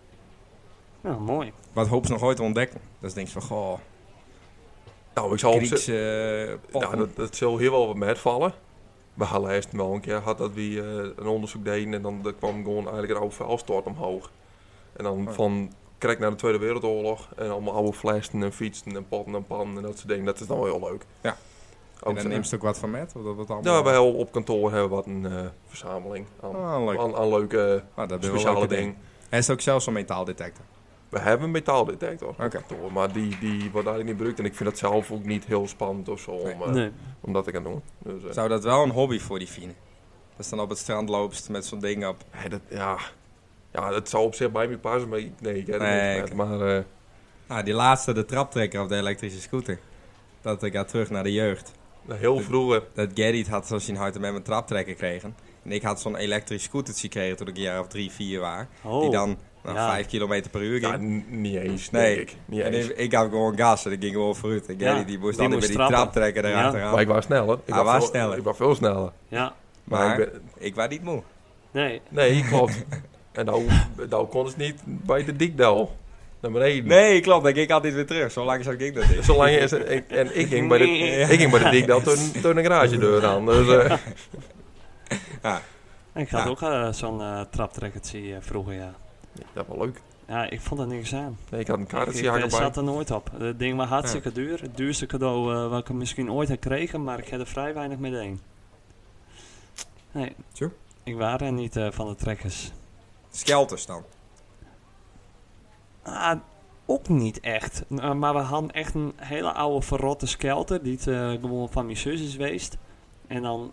Nou, mooi. Wat hoop ze nog ooit te ontdekken? Dat is denk ik van, goh, Nou, ik zal op Grieks dat zal heel wel wat met vallen. We hadden eerst wel een keer gehad dat we een onderzoek deden en dan kwam gewoon eigenlijk een oude vuilstort omhoog. En dan van kijk naar de Tweede Wereldoorlog en allemaal oude flessen en fietsen en potten en pannen en dat soort dingen. Dat is dan wel heel leuk. Ja. Ook en dan neemt ze ook wat van met? Of dat wordt allemaal... ja, wij op kantoor hebben we wat een verzameling aan, leuk. aan leuke dat is wel speciale leuke dingen. Hij is ook zelfs zo'n metaaldetector. We hebben een metaaldetector op Oké. kantoor, maar die wordt eigenlijk niet gebruikt en ik vind dat zelf ook niet heel spannend of zo Nee. om dat te gaan doen. Dus, Zou dat wel een hobby voor die Fine? Dat is dan op het strand loopst met zo'n ding op. ja, dat zou op zich bij me passen, maar ik heb er Nee, niks met. Maar Die laatste, de traptrekker op de elektrische scooter. Dat ik gaat terug naar de jeugd. heel vroeger, Dat Gerrit had zoals hij uit met mijn traptrekker kregen. En ik had zo'n elektrisch scootertje gekregen toen ik een jaar of 3, 4 was. Oh. Die dan Ja. 5 kilometer per uur ging. ja, niet eens, Nee. denk ik. Niet En eens. ik gaf gewoon gas en ik ging gewoon vooruit. En Gerrit die moest die altijd moest met die trappen. traptrekker erachteraan. Maar ik was sneller. Hij was sneller. Ik was veel sneller. Ja. Maar ik ik was niet moe. Nee. Nee, klopt. En nou kon het niet bij de dikdal. Naar beneden. Nee, klopt. Dan ging ik altijd weer terug. Zo langzaam ging dat niet. Zolang ik ging bij de dikdal toen een garagedeur aan. Dus, Ik had Ja. ook zo'n traptrekkertje vroeger, ja. dat was leuk. Ja, ik vond er niks aan. Nee, ik had een Ik kaartjesjager bij. zat er nooit op. Het ding was hartstikke duur. Het duurste cadeau wat ik misschien ooit heb gekregen, maar ik heb er vrij weinig mee een. Nee. Tjoe. Ik was er niet van de trekkers. Skelters dan. ook niet echt. Maar we hadden echt een hele oude verrotte skelter die gewoon van mijn zus is geweest. En dan,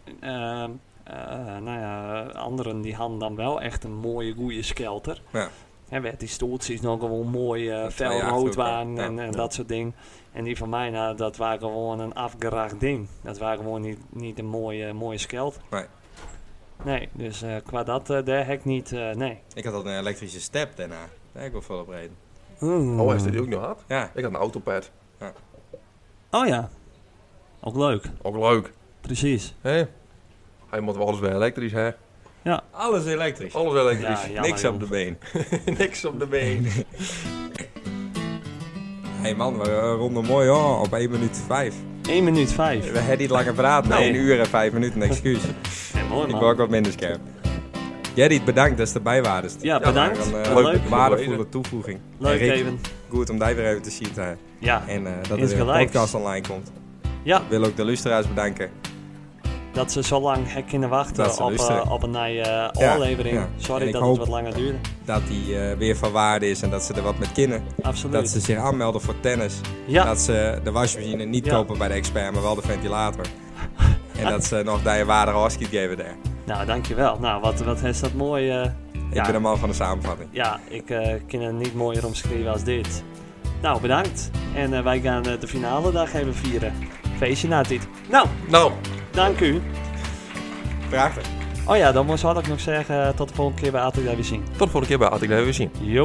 anderen die hadden dan wel echt een mooie, goede skelter. Ja. En werd die stoeltjes nog gewoon mooi fel ja, rood ook, waren ja. en dat soort dingen. En die van mij, nou, dat waren gewoon een afgeraakt ding. Dat waren gewoon niet een mooie skelter. Nee. Nee, dus qua dat, daar heb ik niet, nee. Ik had al een elektrische step daarna. Daar heb ik wel veel op reden. Oh, hij is die ook nog had? Ja. Ik had een autopad. Oh ja, ook leuk. Ook leuk. Precies. Hè? Hij moet wel alles weer elektrisch, hè? Alles elektrisch. Alles elektrisch. Ja, jammer, Niks op de been. Niks op de been. Hey man, we ronden mooi hoor, op 1 minuut 5. 1 minuut 5. We hebben niet langer praten, Nee. 1 uur en 5 minuten, excuus. Ja, mooi Ik man. word ook wat minder scherp. Gerrit, bedankt dat je erbij was. Ja, bedankt. Een Leuk. waardevolle toevoeging. Leuk En Rick, even. goed om die weer even te zien. Ja, En dat er weer een Insgelijks. podcast online komt. ja, Ik wil ook de luisteraars bedanken. dat ze zo lang hebben kunnen wachten Dat ze luisteren. op een nieuwe Ja, aflevering. ja. Sorry En ik dat hoop- het wat langer duurde. Dat die weer van waarde is en dat ze er wat met kunnen. Absoluut. Dat ze zich aanmelden voor tennis. Ja, Dat ze de wasmachine niet Ja. kopen bij de expert, maar wel de ventilator. En dat ze nog die waarde afschiet geven daar. nou dankjewel. Nou, wat is dat mooi. Ik ben een man van de samenvatting. Ja, ik kan het niet mooier omschrijven als dit. Nou, bedankt. En wij gaan de finale dag even vieren. Feestje na dit. Nou, Nou, dank u. Prachtig. Oh ja, dan zou ik nog zeggen tot de volgende keer bij ATW zien. tot de volgende keer bij Attic, dat hebben we zien. Jo.